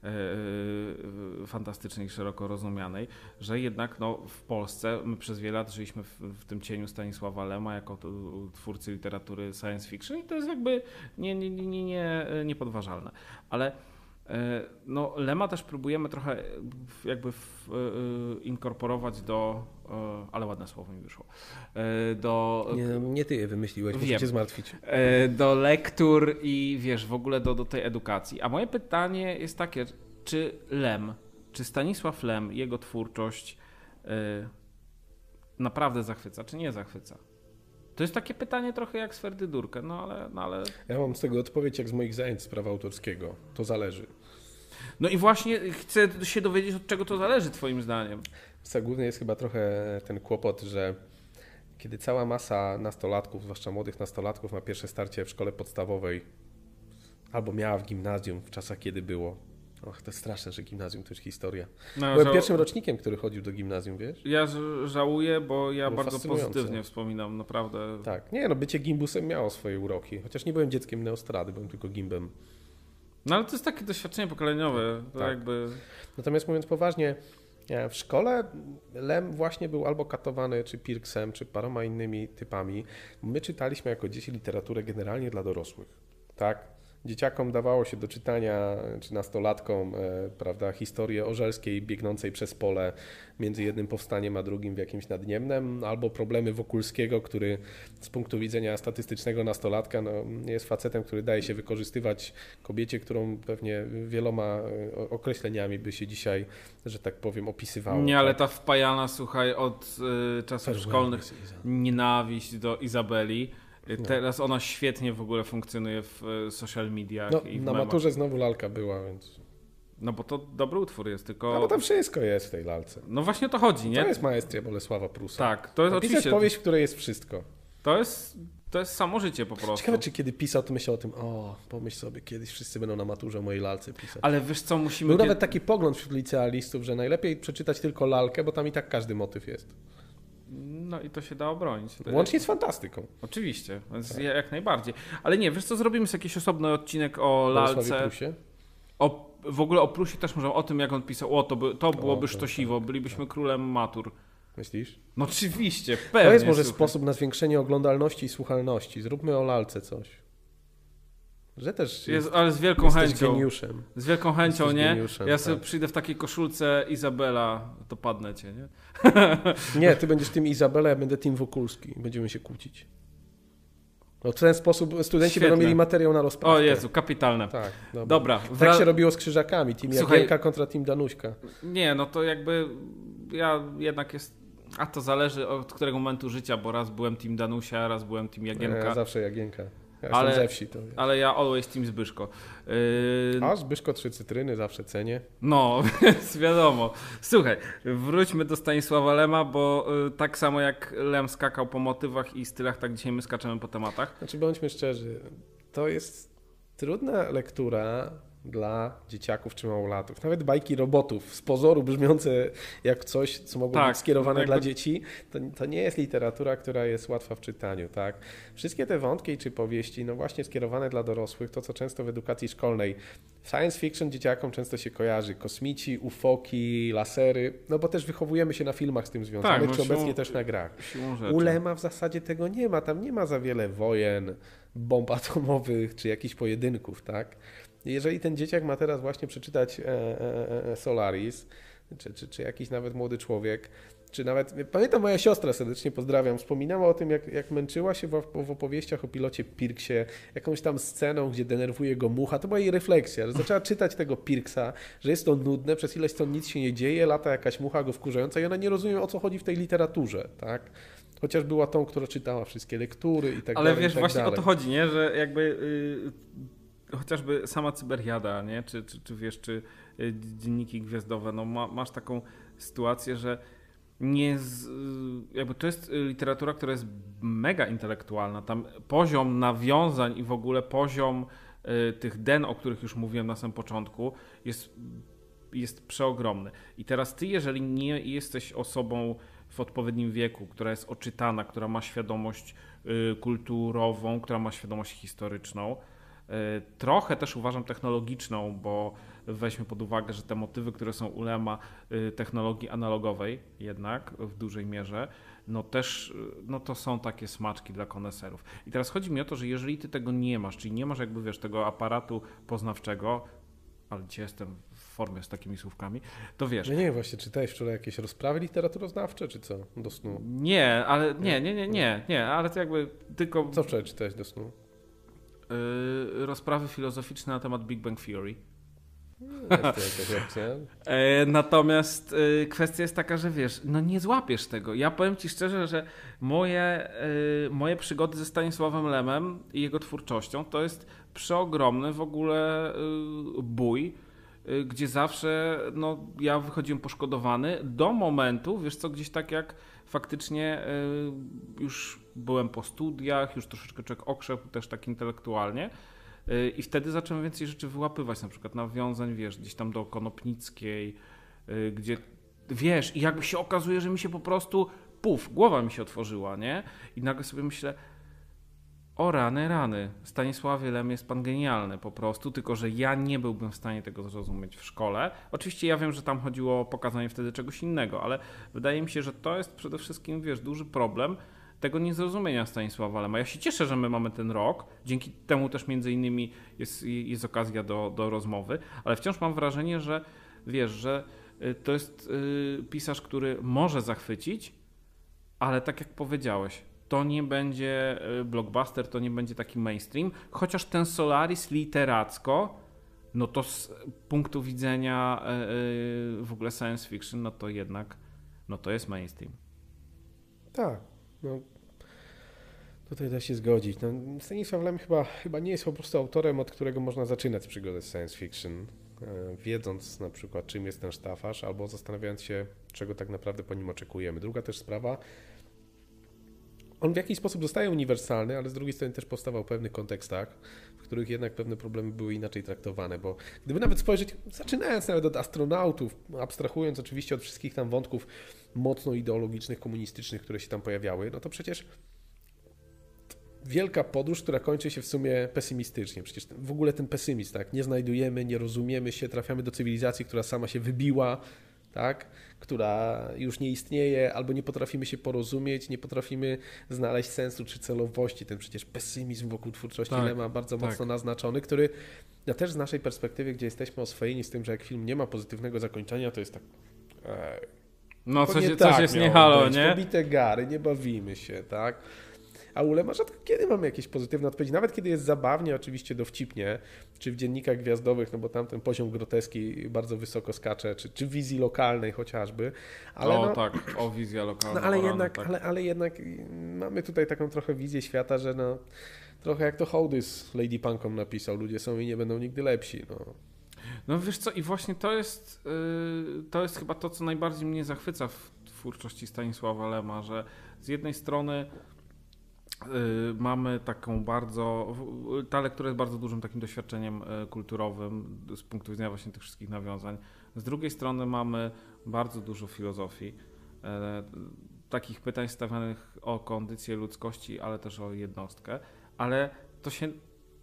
Yy, fantastycznej, szeroko rozumianej, że jednak no, w Polsce my przez wiele lat żyliśmy w, w tym cieniu Stanisława Lema jako t, twórcy literatury science fiction i to jest jakby nie, nie, nie, nie, niepodważalne. Ale yy, no, Lema też próbujemy trochę jakby w, yy, inkorporować do, yy, ale ładne słowo mi wyszło, yy, do... Nie, nie ty je wymyśliłeś, muszę cię zmartwić. Do lektur i wiesz, w ogóle do, do tej edukacji. A moje pytanie jest takie, czy Lem, czy Stanisław Lem, jego twórczość yy, naprawdę zachwyca, czy nie zachwyca? To jest takie pytanie trochę jak z Ferdydurkę, no ale, no ale... Ja mam z tego odpowiedź jak z moich zajęć z prawa autorskiego. To zależy. No i właśnie chcę się dowiedzieć, od czego to zależy twoim zdaniem. Głównie jest chyba trochę ten kłopot, że kiedy cała masa nastolatków, zwłaszcza młodych nastolatków, ma pierwsze starcie w szkole podstawowej albo miała w gimnazjum w czasach, kiedy było. Och, to jest straszne, że gimnazjum to już historia. No, Byłem żał... pierwszym rocznikiem, który chodził do gimnazjum, wiesz? Ja żałuję, bo ja było bardzo pozytywnie wspominam, naprawdę. Tak, nie no, bycie gimbusem miało swoje uroki. Chociaż nie byłem dzieckiem neostrady, byłem tylko gimbem. No ale to jest takie doświadczenie pokoleniowe. To tak. jakby... Natomiast mówiąc poważnie, w szkole Lem właśnie był albo katowany, czy Pirksem, czy paroma innymi typami. My czytaliśmy jako dzieci literaturę generalnie dla dorosłych, tak? Dzieciakom dawało się do czytania, czy nastolatkom, e, prawda, historię Orzelskiej biegnącej przez pole między jednym powstaniem a drugim w jakimś Nadniemnem, albo problemy Wokulskiego, który z punktu widzenia statystycznego nastolatka no, jest facetem, który daje się wykorzystywać kobiecie, którą pewnie wieloma określeniami by się dzisiaj, że tak powiem, opisywało. Nie, tak? ale ta wpajana, słuchaj, od y, czasów szkolnych nienawiść do Izabeli. No. Teraz ona świetnie w ogóle funkcjonuje w social mediach. No, i w na memach. maturze znowu lalka była, więc... No bo to dobry utwór jest, tylko... No bo tam wszystko jest w tej lalce. No właśnie o to chodzi, nie? To jest maestria Bolesława Prusa. Tak, to jest Napisać oczywiście... powieść, w której jest wszystko. To jest, to jest samo życie po prostu. Ciekawe, czy kiedy pisał, to myślał o tym, o, pomyśl sobie, kiedyś wszyscy będą na maturze o mojej lalce pisać. Ale wiesz co, musimy... Był nawet taki pogląd wśród licealistów, że najlepiej przeczytać tylko lalkę, bo tam i tak każdy motyw jest. No i to się da obronić. Łącznie z fantastyką. Oczywiście, więc tak. Jak najbardziej. Ale nie, wiesz co, zrobimy sobie jakiś osobny odcinek o lalce. Prusie? O, w ogóle o Prusie też możemy, o tym jak on pisał. O, to, by, to byłoby o, to, sztosiwo, tak, bylibyśmy tak. królem matur. Myślisz? No oczywiście, pewnie. To jest może słuchaj. sposób na zwiększenie oglądalności i słuchalności. Zróbmy o lalce coś. Że też jest, jest, ale z wielką chęcią. Geniuszem. Z wielką chęcią, jesteś nie? Geniuszem, ja sobie tak. przyjdę w takiej koszulce Izabela, to padnę cię, nie? Nie, ty będziesz tym Izabela, ja będę tym Wokulski. Będziemy się kłócić. No w ten sposób studenci Świetne. będą mieli materiał na rozprawkę. O Jezu, kapitalne. Tak, dobra. dobra tak wra... się robiło z krzyżakami. Team Słuchaj, Jagienka kontra Team Danuśka. Nie, no to jakby ja jednak jest... A to zależy od którego momentu życia, bo raz byłem Team Danusia, raz byłem Team Jagienka. Ja zawsze Jagienka. Ja ale, jestem ze wsi. To ale ja always Team Zbyszko. Yy... A Zbyszko trzy cytryny zawsze cenię. No, więc wiadomo. Słuchaj, wróćmy do Stanisława Lema, bo y, tak samo jak Lem skakał po motywach i stylach, tak dzisiaj my skaczemy po tematach. Znaczy bądźmy szczerzy, to jest trudna lektura dla dzieciaków czy małolatów. Nawet bajki robotów z pozoru brzmiące jak coś, co mogło tak, być skierowane jakby... dla dzieci, to, to nie jest literatura, która jest łatwa w czytaniu. Tak? Wszystkie te wątki czy powieści, no właśnie skierowane dla dorosłych, to co często w edukacji szkolnej, science fiction dzieciakom często się kojarzy. Kosmici, ufoki, lasery, no bo też wychowujemy się na filmach z tym związanych, tak, czy obecnie siłą, też na grach. U Lema w zasadzie tego nie ma, tam nie ma za wiele wojen, bomb atomowych czy jakichś pojedynków, tak? Jeżeli ten dzieciak ma teraz właśnie przeczytać e, e, e, Solaris, czy, czy, czy jakiś nawet młody człowiek, czy nawet, pamiętam moja siostra, serdecznie pozdrawiam, wspominała o tym, jak, jak męczyła się w, w opowieściach o pilocie Pirksie, jakąś tam sceną, gdzie denerwuje go mucha, to była jej refleksja, że zaczęła czytać tego Pirksa, że jest to nudne, przez ileś stron nic się nie dzieje, lata jakaś mucha go wkurzająca i ona nie rozumie, o co chodzi w tej literaturze, tak? Chociaż była tą, która czytała wszystkie lektury i tak Ale dalej. Ale wiesz, tak właśnie dalej. o to chodzi, nie? Że jakby... Yy... chociażby sama Cyberiada, nie? Czy, czy, czy wiesz, czy dzienniki gwiazdowe, no ma, masz taką sytuację, że nie z, jakby to jest literatura, która jest mega intelektualna. Tam poziom nawiązań i w ogóle poziom y, tych den, o których już mówiłem na samym początku, jest, jest przeogromny. I teraz ty, jeżeli nie jesteś osobą w odpowiednim wieku, która jest oczytana, która ma świadomość y, kulturową, która ma świadomość historyczną, trochę też uważam technologiczną, bo weźmy pod uwagę, że te motywy, które są u Lema technologii analogowej jednak w dużej mierze, no też no to są takie smaczki dla koneserów. I teraz chodzi mi o to, że jeżeli ty tego nie masz, czyli nie masz jakby wiesz tego aparatu poznawczego, ale dzisiaj jestem w formie z takimi słówkami, to wiesz. No nie, właśnie czytałeś wczoraj jakieś rozprawy literaturoznawcze, czy co? Do snu? Nie, ale nie, nie, nie, nie, nie, ale to jakby tylko... Co wczoraj czytałeś do snu? Yy, rozprawy filozoficzne na temat Big Bang Theory. Jest to jakaś opcja. E, natomiast e, kwestia jest taka, że wiesz, no nie złapiesz tego. Ja powiem ci szczerze, że moje, e, moje przygody ze Stanisławem Lemem i jego twórczością to jest przeogromny w ogóle e, bój, e, gdzie zawsze no, ja wychodziłem poszkodowany do momentu, wiesz co, gdzieś tak jak faktycznie e, już byłem po studiach, już troszeczkę człowiek okrzepł też tak intelektualnie. I wtedy zacząłem więcej rzeczy wyłapywać, na przykład nawiązań, wiesz, gdzieś tam do Konopnickiej, gdzie, wiesz, i jakby się okazuje, że mi się po prostu, puf, głowa mi się otworzyła, nie? I nagle sobie myślę, o rany, rany, Stanisławie Lem jest pan genialny po prostu, tylko że ja nie byłbym w stanie tego zrozumieć w szkole. Oczywiście ja wiem, że tam chodziło o pokazanie wtedy czegoś innego, ale wydaje mi się, że to jest przede wszystkim, wiesz, duży problem tego niezrozumienia Stanisława Lema. Ja się cieszę, że my mamy ten rok, dzięki temu też między innymi jest, jest okazja do, do rozmowy, ale wciąż mam wrażenie, że wiesz, że to jest yy, pisarz, który może zachwycić, ale tak jak powiedziałeś, to nie będzie blockbuster, to nie będzie taki mainstream, chociaż ten Solaris literacko, no to z punktu widzenia yy, w ogóle science fiction, no to jednak, no to jest mainstream. Tak, no tutaj da się zgodzić. No, Stanisław Lem chyba, chyba nie jest po prostu autorem, od którego można zaczynać przygodę z science fiction, wiedząc na przykład, czym jest ten sztafaż, albo zastanawiając się, czego tak naprawdę po nim oczekujemy. Druga też sprawa, on w jakiś sposób zostaje uniwersalny, ale z drugiej strony też powstawał w pewnych kontekstach, w których jednak pewne problemy były inaczej traktowane, bo gdyby nawet spojrzeć, zaczynając nawet od astronautów, abstrahując oczywiście od wszystkich tam wątków mocno ideologicznych, komunistycznych, które się tam pojawiały, no to przecież wielka podróż, która kończy się w sumie pesymistycznie. Przecież w ogóle ten pesymizm, tak? Nie znajdujemy, nie rozumiemy się, trafiamy do cywilizacji, która sama się wybiła, tak? Która już nie istnieje, albo nie potrafimy się porozumieć, nie potrafimy znaleźć sensu czy celowości. Ten przecież pesymizm wokół twórczości tak, Lema bardzo tak. mocno naznaczony, który ja też z naszej perspektywy, gdzie jesteśmy oswojeni z tym, że jak film nie ma pozytywnego zakończenia, to jest tak... Ej, no coś, coś tak jest nie halo, być, nie? Pobite gary, nie bawimy się, tak? A u Lema rzadko kiedy mamy jakieś pozytywne odpowiedzi, nawet kiedy jest zabawnie, oczywiście dowcipnie, czy w dziennikach gwiazdowych, no bo tam ten poziom groteski bardzo wysoko skacze, czy, czy w wizji lokalnej chociażby. Ale o no, tak, o wizja lokalna. No ale, rany, jednak, tak. ale, ale jednak mamy tutaj taką trochę wizję świata, że no trochę jak to Hołdys Lady Punkom napisał, ludzie są i nie będą nigdy lepsi. No. No wiesz co, i właśnie to jest, yy, to jest chyba to, co najbardziej mnie zachwyca w twórczości Stanisława Lema, że z jednej strony Yy, mamy taką bardzo, ta lektura jest bardzo dużym takim doświadczeniem yy, kulturowym z punktu widzenia właśnie tych wszystkich nawiązań. Z drugiej strony mamy bardzo dużo filozofii, yy, takich pytań stawianych o kondycję ludzkości, ale też o jednostkę, ale to się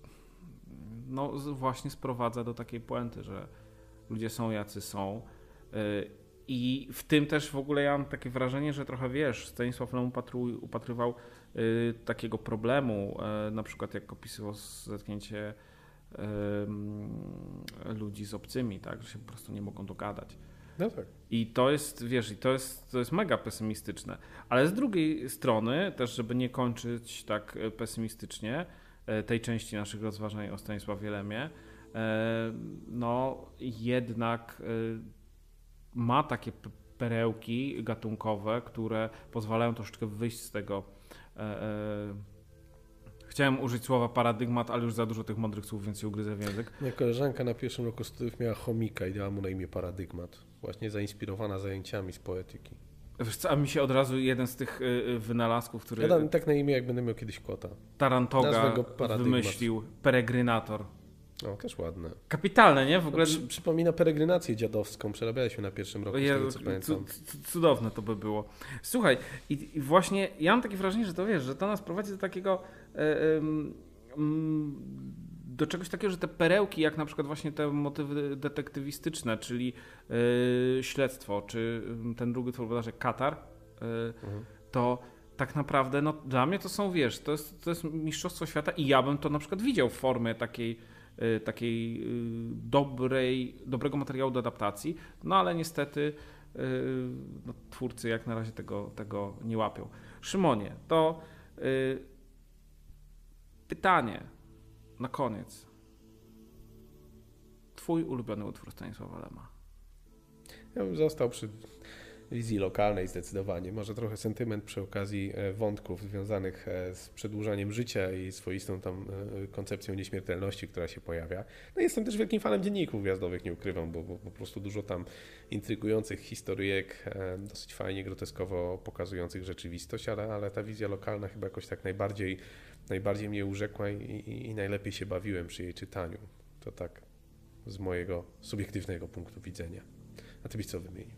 no, właśnie sprowadza do takiej puenty, że ludzie są jacy są. Yy, I w tym też w ogóle ja mam takie wrażenie, że trochę wiesz, Stanisław Lem upatru, upatrywał y, takiego problemu, y, na przykład jak opisywał zetknięcie y, ludzi z obcymi, tak, że się po prostu nie mogą dogadać. No tak. I to jest, wiesz, i to jest, to jest mega pesymistyczne. Ale z drugiej strony, też żeby nie kończyć tak pesymistycznie y, tej części naszych rozważań o Stanisławie Lemie, y, no jednak y, ma takie perełki gatunkowe, które pozwalają troszeczkę wyjść z tego. E, e, chciałem użyć słowa paradygmat, ale już za dużo tych mądrych słów, więc się ugryzę w język. Moja koleżanka na pierwszym roku studiów miała chomika i dała mu na imię paradygmat. Właśnie zainspirowana zajęciami z poetyki. Wiesz co, a mi się od razu jeden z tych y, wynalazków, który... Ja dam tak na imię, jak będę miał kiedyś kota. Tarantoga wymyślił, peregrynator. O, też ładne. Kapitalne, nie? W ogóle... No, przy, przypomina peregrinację dziadowską. Przerabialiśmy na pierwszym roku, ja, z tego co pamiętam. Cudowne to by było. Słuchaj, i, i właśnie ja mam takie wrażenie, że to wiesz, że to nas prowadzi do takiego y, y, y, do czegoś takiego, że te perełki, jak na przykład właśnie te motywy detektywistyczne, czyli y, śledztwo, czy ten drugi twór bodajże Katar, y, mhm. to tak naprawdę no, dla mnie to są, wiesz, to jest, to jest mistrzostwo świata i ja bym to na przykład widział w formie takiej takiej dobrej, dobrego materiału do adaptacji, no ale niestety no, twórcy jak na razie tego, tego nie łapią. Szymonie, to y, pytanie na koniec. twój ulubiony utwór Stanisława Lema? Ja bym został przy wizji lokalnej zdecydowanie. Może trochę sentyment przy okazji wątków związanych z przedłużaniem życia i swoistą tam koncepcją nieśmiertelności, która się pojawia. No jestem też wielkim fanem dzienników gwiazdowych, nie ukrywam, bo, bo po prostu dużo tam intrygujących historyjek, dosyć fajnie, groteskowo pokazujących rzeczywistość, ale, ale ta wizja lokalna chyba jakoś tak najbardziej, najbardziej mnie urzekła i, i, i najlepiej się bawiłem przy jej czytaniu. To tak z mojego subiektywnego punktu widzenia. A ty byś co wymienił?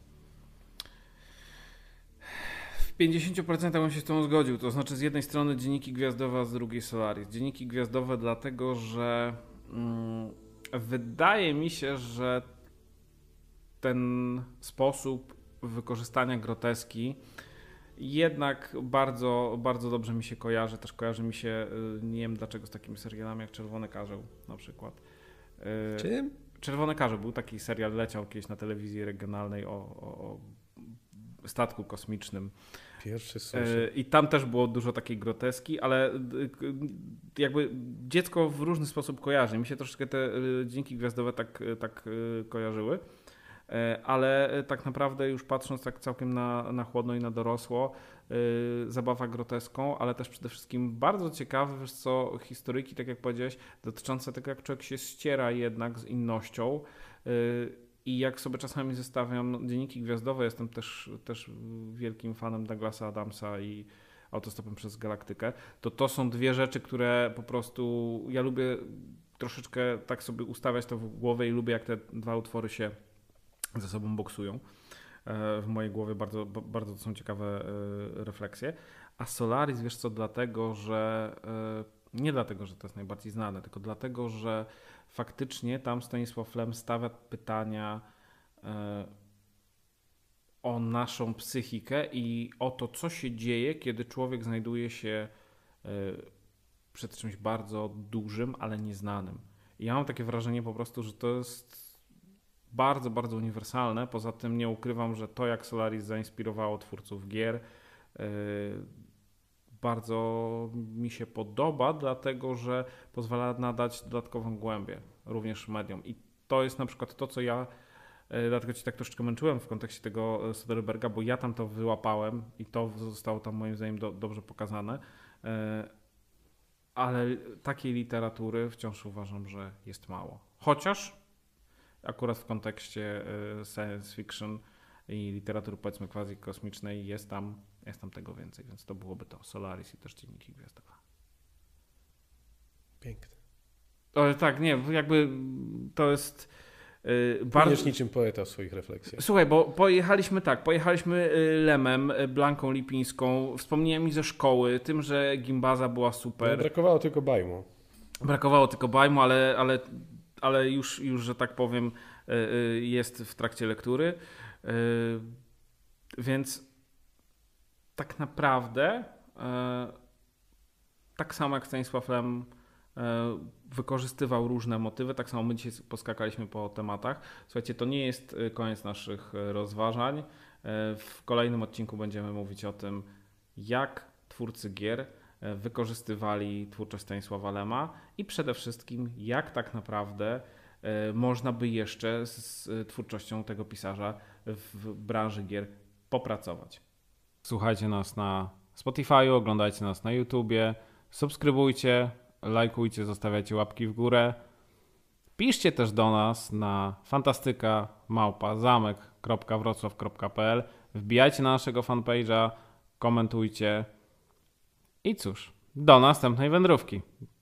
W pięćdziesiąt procent bym się z tą zgodził. To znaczy z jednej strony dzienniki gwiazdowe, a z drugiej Solaris. Dzienniki gwiazdowe dlatego, że mm, wydaje mi się, że ten sposób wykorzystania groteski jednak bardzo, bardzo dobrze mi się kojarzy. Też kojarzy mi się, nie wiem dlaczego, z takimi serialami jak Czerwony Karzeł na przykład. Czym? Czerwony Karzeł był taki serial, leciał kiedyś na telewizji regionalnej o, o, o statku kosmicznym. Pierwszy słyszę. I tam też było dużo takiej groteski, ale jakby dziecko w różny sposób kojarzy. Mi się troszeczkę te dzienniki gwiazdowe tak, tak kojarzyły, ale tak naprawdę już patrząc tak całkiem na, na chłodno i na dorosło, zabawa groteską, ale też przede wszystkim bardzo ciekawe, wiesz co, historyjki, tak jak powiedziałeś, dotyczące tego, jak człowiek się ściera jednak z innością. I jak sobie czasami zestawiam dzienniki gwiazdowe, jestem też, też wielkim fanem Douglasa Adamsa i Autostopem przez Galaktykę, to to są dwie rzeczy, które po prostu ja lubię troszeczkę tak sobie ustawiać to w głowie i lubię, jak te dwa utwory się ze sobą boksują. W mojej głowie bardzo, bardzo to są ciekawe refleksje. A Solaris, wiesz co, dlatego, że nie dlatego, że to jest najbardziej znane, tylko dlatego, że faktycznie tam Stanisław Lem stawia pytania o naszą psychikę i o to, co się dzieje, kiedy człowiek znajduje się przed czymś bardzo dużym, ale nieznanym. I ja mam takie wrażenie po prostu, że to jest bardzo, bardzo uniwersalne. Poza tym nie ukrywam, że to, jak Solaris zainspirowało twórców gier, bardzo mi się podoba, dlatego że pozwala nadać dodatkową głębię również mediom. I to jest na przykład to, co ja, dlatego Ci tak troszeczkę męczyłem w kontekście tego Soderberga, bo ja tam to wyłapałem i to zostało tam moim zdaniem do, dobrze pokazane. Ale takiej literatury wciąż uważam, że jest mało. Chociaż akurat w kontekście science fiction i literatury, powiedzmy, quasi kosmicznej jest tam, jest tam tego więcej, więc to byłoby to Solaris i też dzienniki gwiazdowe. Piękne. O, tak, nie, jakby to jest yy, bardzo... Będziesz niczym poeta w swoich refleksjach. Słuchaj, bo pojechaliśmy tak, pojechaliśmy Lemem, Blanką Lipińską, wspomniałem mi ze szkoły, tym, że Gimbaza była super. No, brakowało tylko bajmu. Brakowało tylko bajmu, ale, ale, ale już, już, że tak powiem, yy, jest w trakcie lektury. Yy, więc tak naprawdę yy, tak samo jak Stanisław Lem yy, wykorzystywał różne motywy, tak samo my dzisiaj poskakaliśmy po tematach. Słuchajcie, to nie jest koniec naszych rozważań. Yy, w kolejnym odcinku będziemy mówić o tym, jak twórcy gier wykorzystywali twórczość Stanisława Lema i przede wszystkim jak tak naprawdę można by jeszcze z twórczością tego pisarza w branży gier popracować. Słuchajcie nas na Spotify, oglądajcie nas na YouTubie, subskrybujcie, lajkujcie, zostawiajcie łapki w górę. Piszcie też do nas na fantastyka małpa zamek kropka wrocław kropka p l. Wbijajcie na naszego fanpage'a, komentujcie i cóż, do następnej wędrówki.